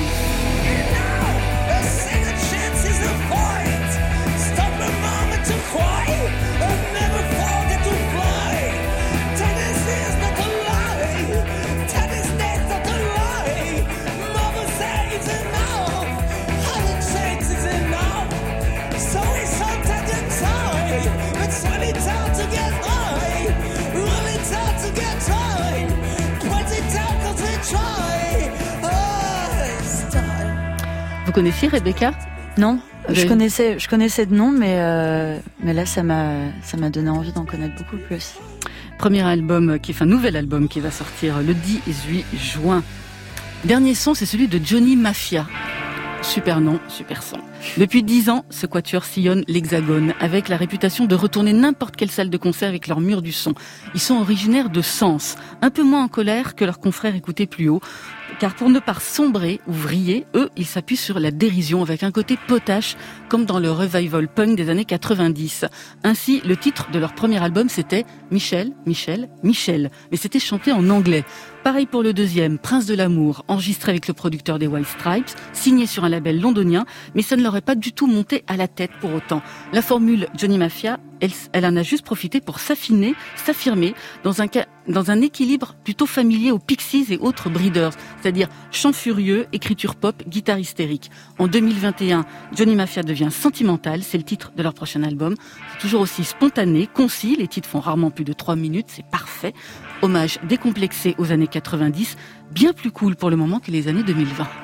Vous connaissiez Rebecca ? Non, Vous je avez- connaissais, je connaissais de nom, mais euh, mais là ça m'a ça m'a donné envie d'en connaître beaucoup plus. Premier album, qui, enfin nouvel album qui va sortir le dix-huit juin. Dernier son, c'est celui de Johnny Mafia. Super nom, super son. Depuis dix ans, ce quatuor sillonne l'Hexagone, avec la réputation de retourner n'importe quelle salle de concert avec leur mur du son. Ils sont originaires de Sens, un peu moins en colère que leurs confrères écoutés plus haut, car pour ne pas sombrer ou vriller, eux, ils s'appuient sur la dérision avec un côté potache, comme dans le revival punk des années quatre-vingt-dix. Ainsi, le titre de leur premier album, c'était Michel, Michel, Michel, mais c'était chanté en anglais. Pareil pour le deuxième, Prince de l'amour, enregistré avec le producteur des White Stripes, signé sur un label londonien, mais ça ne leur est pas du tout monté à la tête pour autant. La formule Johnny Mafia, elle, elle en a juste profité pour s'affiner, s'affirmer dans un, ca- dans un équilibre plutôt familier aux Pixies et autres Breeders, c'est-à-dire chant furieux, écriture pop, guitare hystérique. En deux mille vingt et un, Johnny Mafia devient sentimental, c'est le titre de leur prochain album. C'est toujours aussi spontané, concis, les titres font rarement plus de trois minutes, c'est parfait. Hommage décomplexé aux années quatre-vingt-dix, bien plus cool pour le moment que les années deux mille vingt.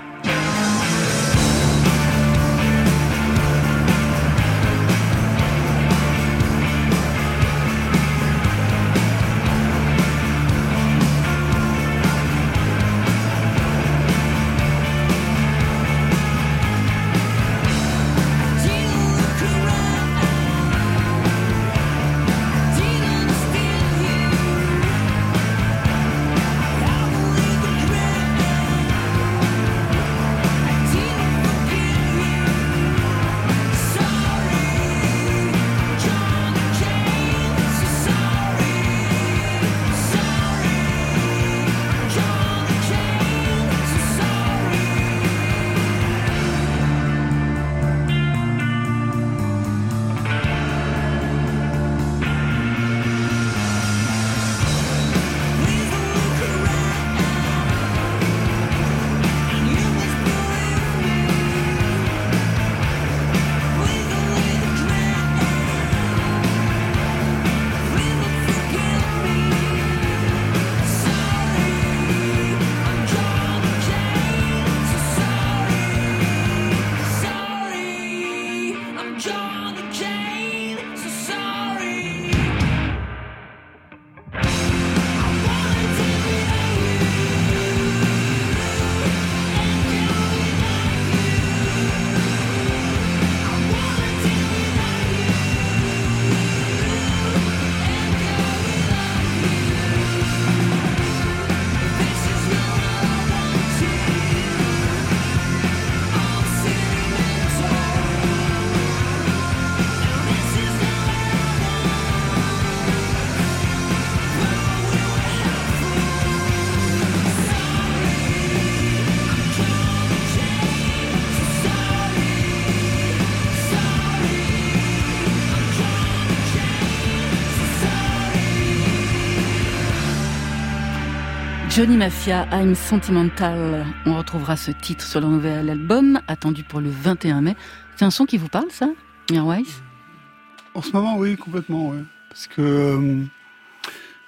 Johnny Mafia, I'm Sentimental. On retrouvera ce titre sur leur nouvel album, attendu pour le vingt et un mai. C'est un son qui vous parle, ça, Mirwais ? En ce moment, oui, complètement, ouais. Parce que, euh,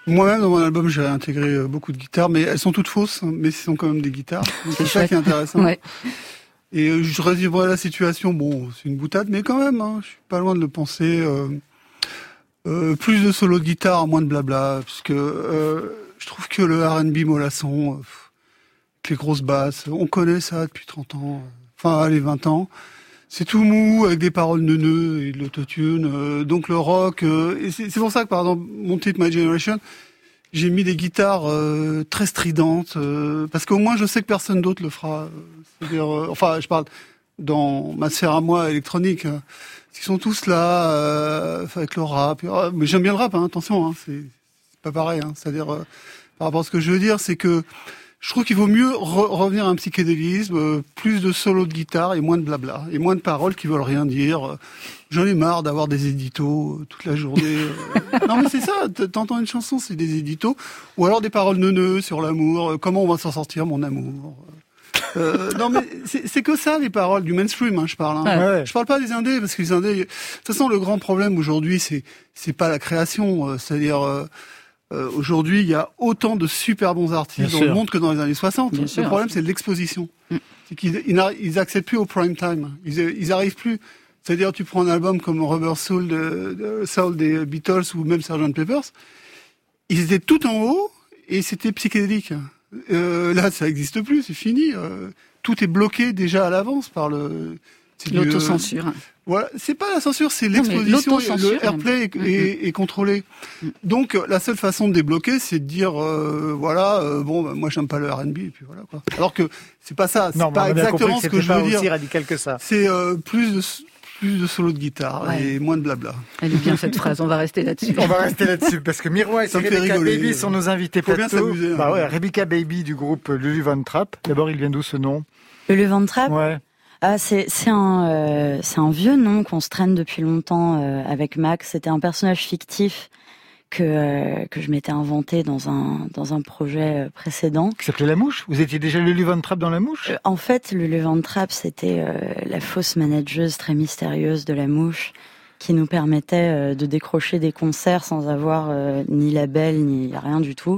Moi-même, dans mon album, j'ai intégré beaucoup de guitares, mais elles sont toutes fausses, mais ce sont quand même des guitares. Donc c'est ça qui est intéressant. Ouais. Et je résumerai la situation, bon, c'est une boutade, mais quand même, hein, je suis pas loin de le penser. Euh, euh, plus de solo de guitare, moins de blabla, parce que euh, je trouve que le R and B mollasson, euh, les grosses basses, on connaît ça depuis trente ans, enfin, allez, vingt ans. C'est tout mou, avec des paroles neuneux et de l'autotune. Euh, donc le rock, euh, et c'est, c'est pour ça que, par exemple, mon titre My Generation, j'ai mis des guitares euh, très stridentes, euh, parce qu'au moins je sais que personne d'autre le fera. C'est-à-dire, euh, enfin, je parle dans ma sphère à moi électronique. Euh, ils sont tous là, euh, avec le rap. Euh, mais j'aime bien le rap, hein, attention, hein, c'est, c'est pas pareil. Hein, c'est-à-dire, euh, par rapport à ce que je veux dire, c'est que je trouve qu'il vaut mieux re- revenir à un psychédélisme, euh, plus de solos de guitare et moins de blabla, et moins de paroles qui veulent rien dire. Euh, J'en ai marre d'avoir des éditos euh, toute la journée. Euh. Non mais c'est ça, t- t'entends une chanson, c'est des éditos, ou alors des paroles neuneux sur l'amour, euh, comment on va s'en sortir, mon amour. Euh, non mais c'est, c'est que ça les paroles du mainstream, hein, je parle. Hein. Ouais, ouais. Je parle pas des indés, parce que les indés, de toute façon le grand problème aujourd'hui, c'est c'est pas la création, euh, c'est-à-dire... Euh, Euh, aujourd'hui, il y a autant de super bons artistes Bien dans le sûr. monde que dans les années soixante. Bien Le sûr. problème, c'est l'exposition. Mm. C'est qu'ils ils n'arri- ils acceptent plus au prime time. Ils, ils arrivent plus. C'est-à-dire, tu prends un album comme Rubber Soul, de, de, Soul des Beatles ou même sergeant Pepper's, ils étaient tout en haut et c'était psychédélique. Euh, là, ça n'existe plus, c'est fini. Euh, tout est bloqué déjà à l'avance par le... c'est du, L'autocensure. euh, Voilà, c'est pas la censure, c'est Non, mais l'exposition, l'autocensure, le airplay est, même. est, est contrôlé. Donc la seule façon de débloquer, c'est de dire euh, voilà, euh, bon, bah, moi j'aime pas le R and B et puis voilà quoi. Alors que c'est pas ça, c'est Non, mais pas on a bien compris exactement que ce que c'était je pas veux dire. aussi radical que ça. C'est euh, plus de plus de solo de guitare Ouais. et moins de blabla. Elle est bien cette phrase, on va rester là-dessus. On va rester là-dessus parce que Miroir et Ça me fait Rebecca rigoler. Baby sont nos invités Faut bien plateau. s'amuser, hein. Bah ouais, Rebecca Baby du groupe Lulu Van Trapp. D'abord, il vient d'où ce nom? Le Van Trapp. Ouais. Ah, c'est c'est un euh, c'est un vieux nom qu'on se traîne depuis longtemps euh, avec Max. C'était un personnage fictif que euh, que je m'étais inventé dans un dans un projet euh, précédent. Qui s'appelait La Mouche. Vous étiez déjà Lulu Van Trapp dans La Mouche? Euh, en fait, le Van Trapp, c'était euh, la fausse manageuse très mystérieuse de La Mouche qui nous permettait euh, de décrocher des concerts sans avoir euh, ni label ni rien du tout.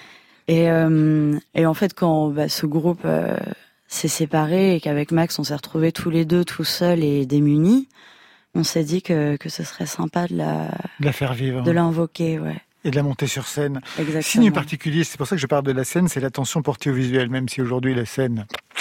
Et euh, et en fait, quand bah, ce groupe euh, s'est séparé et qu'avec Max on s'est retrouvés tous les deux tout seuls et démunis, on s'est dit que que ce serait sympa de la De la faire vivre. de l'invoquer, ouais. Et de la monter sur scène. Exactement. Signe particulier, c'est pour ça que je parle de la scène, c'est l'attention portée au visuel, même si aujourd'hui la scène,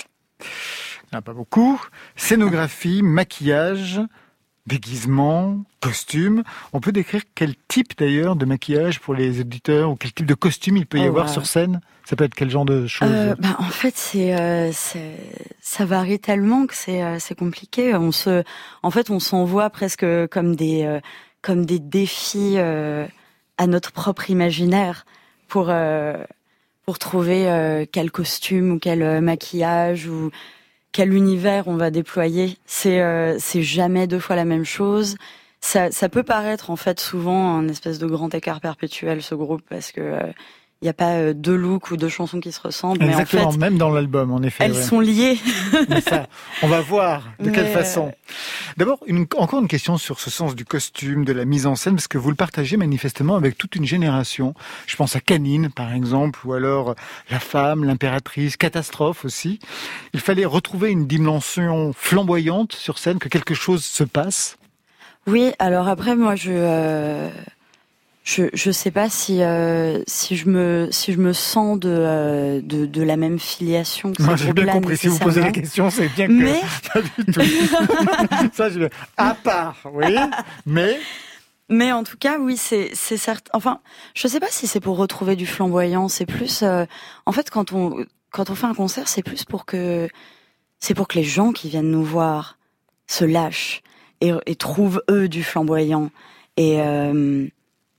il n'y en a pas beaucoup. Scénographie, maquillage, déguisement, costume. On peut décrire quel type d'ailleurs de maquillage pour les auditeurs ou quel type de costume il peut y Oh, avoir wow. sur scène? Ça peut être quel genre de choses? Euh, bah, en fait, c'est, euh, c'est, ça varie tellement que c'est, euh, c'est compliqué. On se, en fait, on s'envoie presque comme des, euh, comme des défis euh, à notre propre imaginaire pour, euh, pour trouver euh, quel costume ou quel euh, maquillage ou quel univers on va déployer. C'est, euh, c'est jamais deux fois la même chose. Ça, ça peut paraître en fait souvent un espèce de grand écart perpétuel, ce groupe, parce que euh, il n'y a pas euh, deux looks ou deux chansons qui se ressemblent, Exactement, mais en fait, même dans l'album, en effet. elles ouais. sont liées. Mais ça, on va voir de quelle Mais, façon. D'abord, une, encore une question sur ce sens du costume, de la mise en scène, parce que vous le partagez manifestement avec toute une génération. Je pense à Canine, par exemple, ou alors La Femme, l'Impératrice, Catastrophe aussi. Il fallait retrouver une dimension flamboyante sur scène, que quelque chose se passe. Oui, alors après, moi, je, euh, je, je sais pas si, euh, si je me, si je me sens de, euh, de, de la même filiation que Moi, ce j'ai bien groupe-là, compris. Si vous posez la nécessairement. question, c'est bien que Mais- pas du tout. Ça, je... à part, oui, mais Mais en tout cas, oui, c'est c'est certain. Enfin, je sais pas si c'est pour retrouver du flamboyant. C'est plus, euh, en fait, quand on quand on fait un concert, c'est plus pour que c'est pour que les gens qui viennent nous voir se lâchent et, et trouvent eux du flamboyant et euh,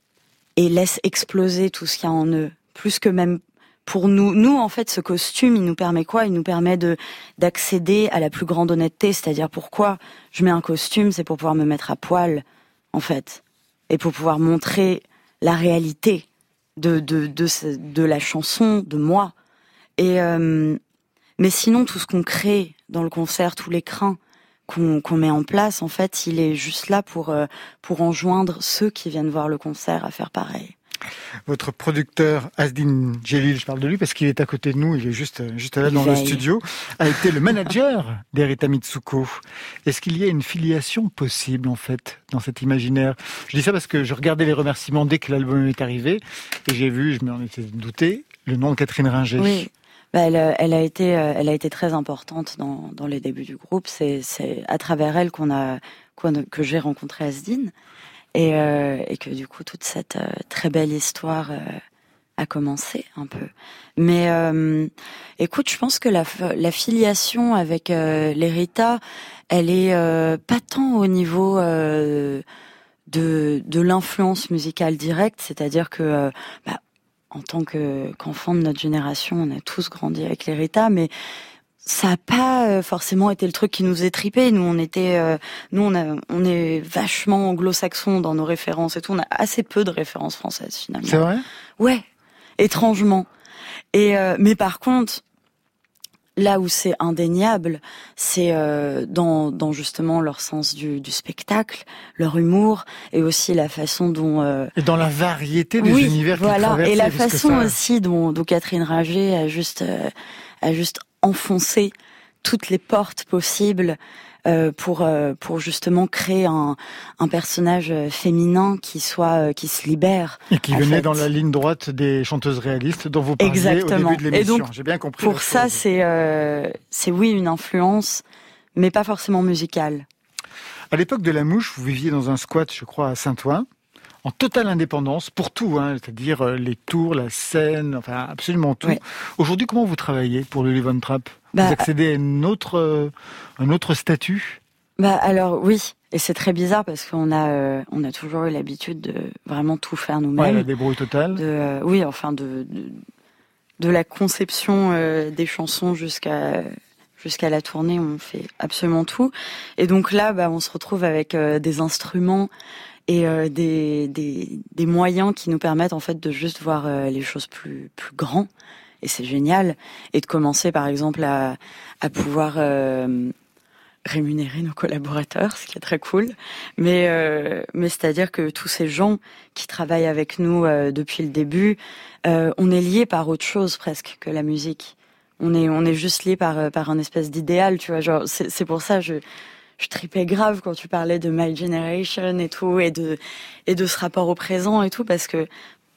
et laissent exploser tout ce qu'il y a en eux. Plus que même pour nous. Nous, en fait, ce costume, il nous permet quoi? Il nous permet de d'accéder à la plus grande honnêteté. C'est-à-dire, pourquoi je mets un costume, c'est pour pouvoir me mettre à poil, en fait, et pour pouvoir montrer la réalité de de de, ce- de la chanson, de moi. Et euh, mais sinon, tout ce qu'on crée dans le concert, tout l'écran qu'on qu'on met en place, en fait, il est juste là pour euh, pour enjoindre ceux qui viennent voir le concert à faire pareil. Votre producteur Asdin Djelil, je parle de lui parce qu'il est à côté de nous, il est juste, juste là dans le studio, a été le manager d'Erita Mitsuko. Est-ce qu'il y a une filiation possible en fait dans cet imaginaire? Je dis ça parce que je regardais les remerciements dès que l'album est arrivé et j'ai vu, je m'en étais douté, le nom de Catherine Ringer. Oui. Bah, elle, elle a été, elle a été très importante dans, dans les débuts du groupe. C'est, c'est à travers elle qu'on a, qu'on, que j'ai rencontré Asdin. Et, euh, et que du coup toute cette euh, très belle histoire euh, a commencé un peu. Mais euh, écoute, je pense que la, la filiation avec euh, l'Erita, elle est euh, pas tant au niveau euh, de, de l'influence musicale directe, c'est-à-dire que euh, bah, en tant que, qu'enfant de notre génération, on a tous grandi avec l'Erita, mais ça n'a pas forcément été le truc qui nous étripait. Nous, on était, euh, nous, on, a, on est vachement anglo-saxons dans nos références et tout. On a assez peu de références françaises finalement. C'est vrai ? Ouais, étrangement. Et euh, mais par contre, là où c'est indéniable, c'est euh, dans, dans justement leur sens du, du spectacle, leur humour et aussi la façon dont euh... et dans la variété des oui, univers qu'ils voilà. traversent. Et la façon ça... aussi dont, dont Catherine Ringer a juste, euh, a juste enfoncer toutes les portes possibles euh, pour euh, pour justement créer un un personnage féminin qui soit euh, qui se libère et qui venait fait. dans la ligne droite des chanteuses réalistes dont vous parliez Exactement. au début de l'émission. Et donc, j'ai bien compris. Pour ça, chose. c'est euh, c'est oui une influence, mais pas forcément musicale. À l'époque de La Mouche, vous viviez dans un squat, je crois, à Saint-Ouen, en totale indépendance pour tout, hein, c'est-à-dire les tours, la scène, enfin absolument tout. Oui. Aujourd'hui, comment vous travaillez pour le Live on Trap ? Bah, vous accédez à une autre, euh, un autre statut ? Bah alors oui, et c'est très bizarre parce qu'on a, euh, on a toujours eu l'habitude de vraiment tout faire nous-mêmes. Ouais, la débrouille totale. De, euh, oui, enfin de, de de la conception euh, des chansons jusqu'à jusqu'à la tournée, on fait absolument tout. Et donc là, bah, on se retrouve avec euh, des instruments et euh, des, des des moyens qui nous permettent en fait de juste voir euh, les choses plus plus grands. Et c'est génial. Et de commencer, par exemple, à, à pouvoir euh, rémunérer nos collaborateurs, ce qui est très cool. Mais, euh, mais c'est-à-dire que tous ces gens qui travaillent avec nous euh, depuis le début, euh, on est liés par autre chose presque que la musique. On est, on est juste liés par, par un espèce d'idéal, tu vois. Genre, c'est, c'est pour ça, je, je tripais grave quand tu parlais de My Generation et tout, et de, et de ce rapport au présent et tout, parce que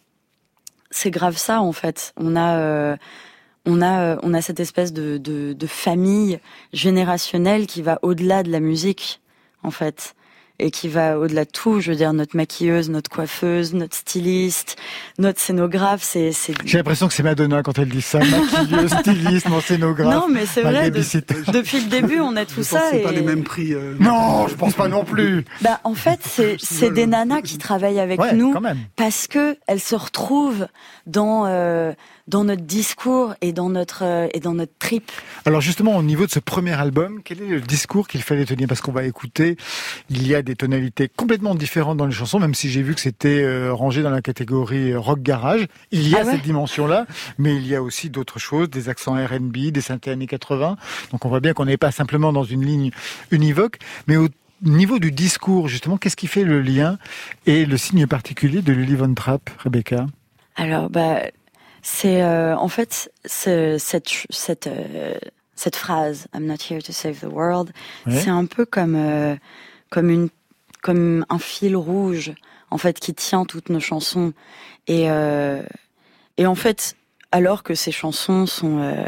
c'est grave ça en fait. On a, euh, on a, euh, on a cette espèce de, de, de famille générationnelle qui va au-delà de la musique en fait, et qui va au-delà de tout. Je veux dire, notre maquilleuse, notre coiffeuse, notre styliste, notre scénographe, c'est. c'est... J'ai l'impression que c'est Madonna quand elle dit ça. Maquilleuse, styliste, mon scénographe. Non, mais c'est vrai. De, depuis le début, on a tout je ça. C'est et... pas les mêmes prix. Euh... Non, je pense pas non plus. Bah, en fait, c'est, c'est des nanas qui travaillent avec ouais, nous quand même. parce que elles se retrouvent dans euh, dans notre discours et dans notre euh, et dans notre trip. Alors justement, au niveau de ce premier album, quel est le discours qu'il fallait tenir ? Parce qu'on va écouter, il y a des tonalités complètement différentes dans les chansons, même si j'ai vu que c'était euh, rangé dans la catégorie rock garage. Il y a ah ouais. cette dimension-là, mais il y a aussi d'autres choses, des accents R and B, des synthés années quatre-vingts. Donc on voit bien qu'on n'est pas simplement dans une ligne univoque, mais au niveau du discours, justement, qu'est-ce qui fait le lien et le signe particulier de Lily Von Trapp, Rebecca ? Alors, bah, c'est euh, en fait c'est, cette cette euh, cette phrase "I'm not here to save the world", ouais. c'est un peu comme euh, comme une comme un fil rouge en fait qui tient toutes nos chansons et euh, et en fait alors que ces chansons sont euh,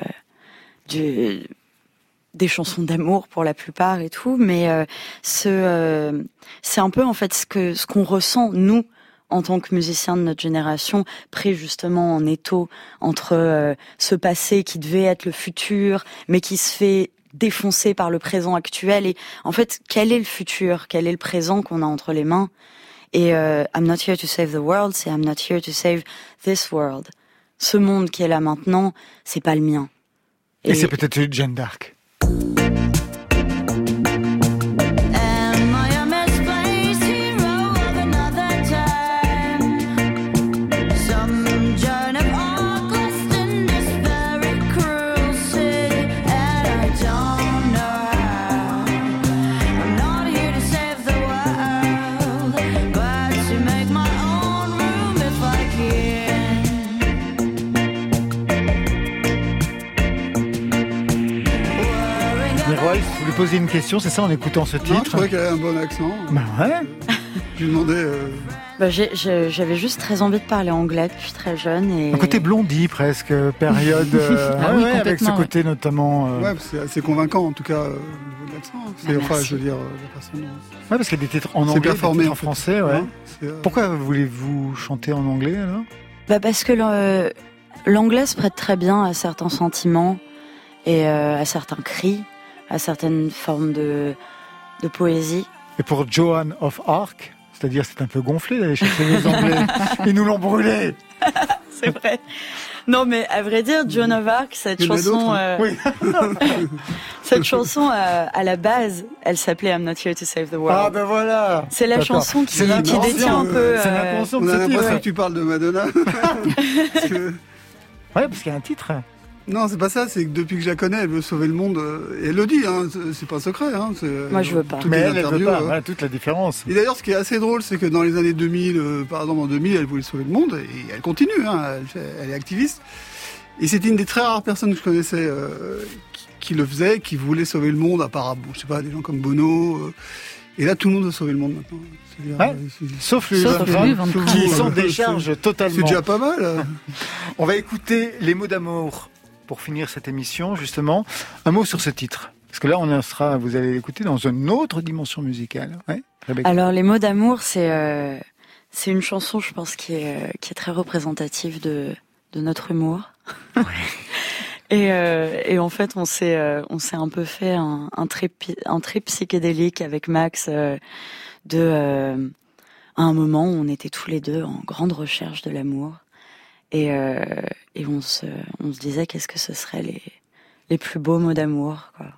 du des chansons d'amour pour la plupart et tout, mais euh, ce euh, c'est un peu en fait ce que ce qu'on ressent nous en tant que musiciens de notre génération, pris justement en étau entre euh, ce passé qui devait être le futur, mais qui se fait défoncer par le présent actuel. Et en fait, quel est le futur ? Quel est le présent qu'on a entre les mains ? Et euh, I'm not here to save the world, c'est I'm not here to save this world. Ce monde qui est là maintenant, c'est pas le mien. Et, Et c'est peut-être Jeanne d'Arc. If I can lui posiez une question, c'est ça, en écoutant ce titre? Non, je trouvais qu'elle avait un bon accent. Bah ouais. Je lui demandais... Euh... Bah, j'ai, j'ai, j'avais juste très envie de parler anglais depuis très jeune. Et... Un côté Blondie, presque, période... Euh, ah ouais, oui, ouais, avec ce côté ouais. notamment... Euh... Ouais, c'est assez convaincant, en tout cas, euh, au niveau de l'accent. C'est, Ah, enfin, merci. je veux dire, euh, la façon dont... Ouais, parce qu'il y a des titres en C'est anglais, performé, des titres en en fait. français, ouais. Ouais, c'est, euh... Pourquoi voulez-vous chanter en anglais, alors? Bah parce que le, l'anglais se prête très bien à certains sentiments et euh, à certains cris, à certaines formes de, de poésie. Et pour Joan of Arc, c'est-à-dire c'est un peu gonflé d'aller chercher les Anglais. Ils nous l'ont brûlé. C'est vrai. Non, mais à vrai dire, Joan of Arc, cette Il y en a chanson, d'autres, hein. euh, Oui. cette chanson euh, à la base, elle s'appelait I'm Not Here to Save the World. Ah ben voilà. C'est la D'accord. chanson qui, C'est qui l'inconscient, détient un euh, peu. C'est euh, l'inconscient On de a ce titre. l'impression Ouais. que tu parles de Madonna. Parce que... Ouais, parce qu'il y a un titre. Non, c'est pas ça, c'est que depuis que je la connais, elle veut sauver le monde. euh, Et elle le dit, hein, c'est- c'est pas secret. Hein, c'est, Moi, je veux pas. toutes Mais les elle, elle veut interviews, pas. euh. Voilà toute la différence. Et d'ailleurs, ce qui est assez drôle, c'est que dans les années deux mille, euh, par exemple en deux mille, elle voulait sauver le monde, et elle continue, hein, elle, fait- elle est activiste. Et c'était une des très rares personnes que je connaissais euh, qui, qui le faisait, qui voulait sauver le monde, à part, bon, je sais pas, des gens comme Bono. euh, et là, tout le monde veut sauver le monde maintenant. C'est-à-dire, Ouais. euh, c'est- Sauf les Sauf Van les Van Van, Van. qui Van. s'en déchargent totalement. C'est déjà pas mal. euh. On va écouter les mots d'amour pour finir cette émission, justement. Un mot sur ce titre. Parce que là, on en sera, vous allez l'écouter dans une autre dimension musicale. Ouais, Rebecca. Alors, les mots d'amour, c'est euh, c'est une chanson, je pense, qui est euh, qui est très représentative de de notre humour. et euh, et en fait, on s'est euh, on s'est un peu fait un un trip un trip psychédélique avec Max euh, de euh, à un moment où on était tous les deux en grande recherche de l'amour et euh, et on se on se disait qu'est-ce que ce serait les les plus beaux mots d'amour, quoi.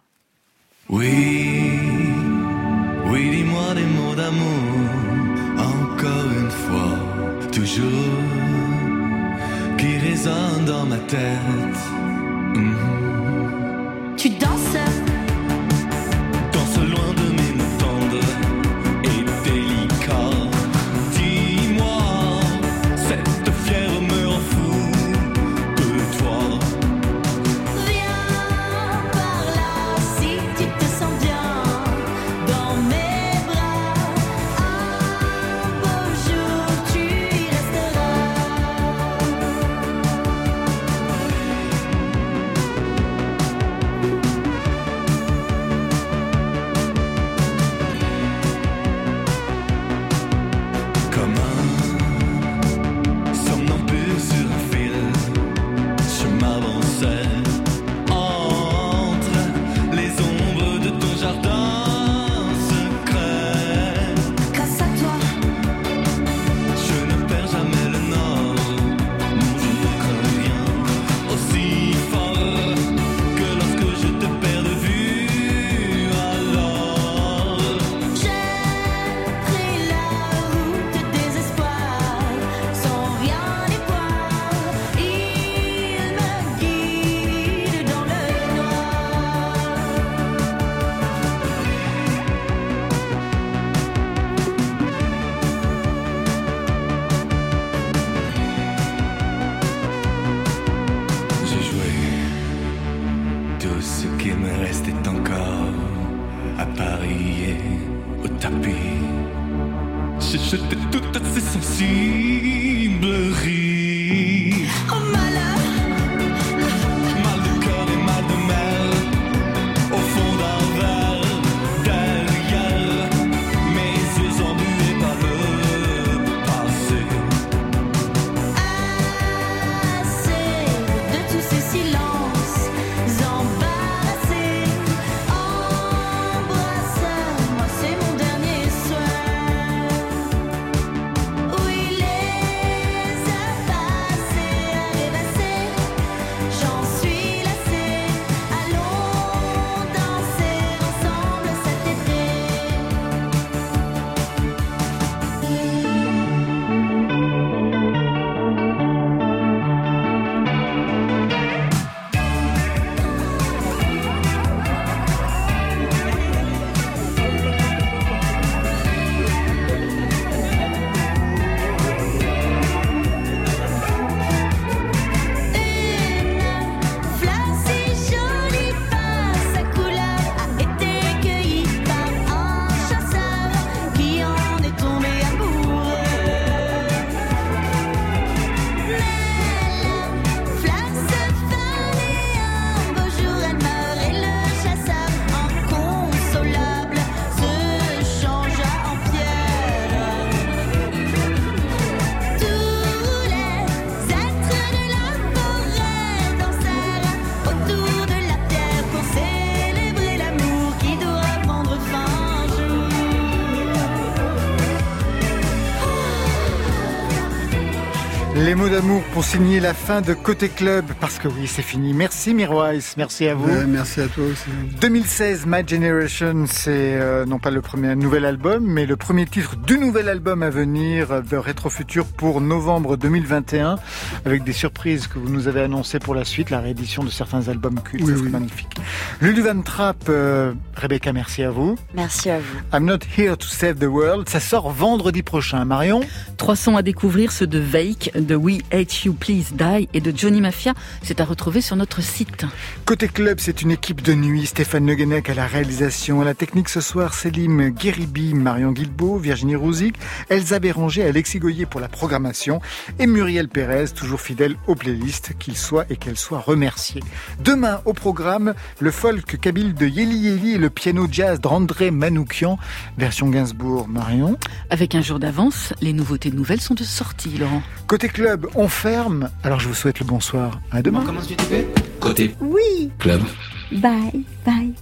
Oui, oui, dis-moi des mots d'amour, encore une fois, toujours, qui résonnent dans ma tête. Mhm. Tu danses, Danse loin de mes mots tendres et délicats. Dis-moi, cette fière me rend fou de toi. viens par là si tu te sens bien dans mes bras. Un beau jour tu y resteras. Comme un somnambule sur un fil, je m'avançais entre les ombres de ton jardin secret. Grâce à toi, Je ne perds jamais le nord, non je ne crains rien aussi fort que lorsque je te perds de vue. Alors j'ai pris la route des espoirs sans rien y voir. Il me guide dans le noir. j'ai joué tout ce qu'il me restait encore à parier au tapis. J'ai jeté toutes ces sensibleries. Oh malheur, Mal de cœur et mal de mer, au fond d'un verre, derrière mes yeux embués par le passé. assez de tous ces silences embarrassés. Embrasse-moi, c'est mon dernier soin. Oui, les Les mots d'amour pour signer la fin de Côté Club, parce que oui, c'est fini. Merci Mirwais, merci à vous. Ouais, merci à toi aussi. deux mille seize, My Generation, c'est euh, non pas le premier nouvel album, mais le premier titre du nouvel album à venir de Rétrofutur pour novembre deux mille vingt et un, avec des surprises que vous nous avez annoncées pour la suite, la réédition de certains albums cultes, oui, ça serait oui. magnifique. Lulu Van Trapp, euh, Rebecca, merci à vous. Merci à vous. I'm Not Here to Save the World, ça sort vendredi prochain. Marion ? Trois sons à découvrir, ceux de Veik, de We Hate You Please Die et de Johnny Mafia. C'est à retrouver sur notre site. Côté Club, c'est une équipe de nuit. Stéphane Le Guenec à la réalisation, à la technique ce soir, Célim Guéribi, Marion Guilbeault, Virginie Rouzic, Elsa Béranger, Alexis Goyer pour la programmation et Muriel Pérez, toujours fidèle aux playlists, qu'il soit et qu'elle soit remerciée. Demain, au programme, le folk kabyle de Yeli Yeli et le piano jazz d'André Manoukian, version Gainsbourg. Marion ? Avec un jour d'avance, les nouveautés de nouvelles sont de sortie, Laurent. Côté Club, on ferme. Alors je vous souhaite le bonsoir. À demain. Comment commence du T P ? Côté Oui. Club. Bye, bye.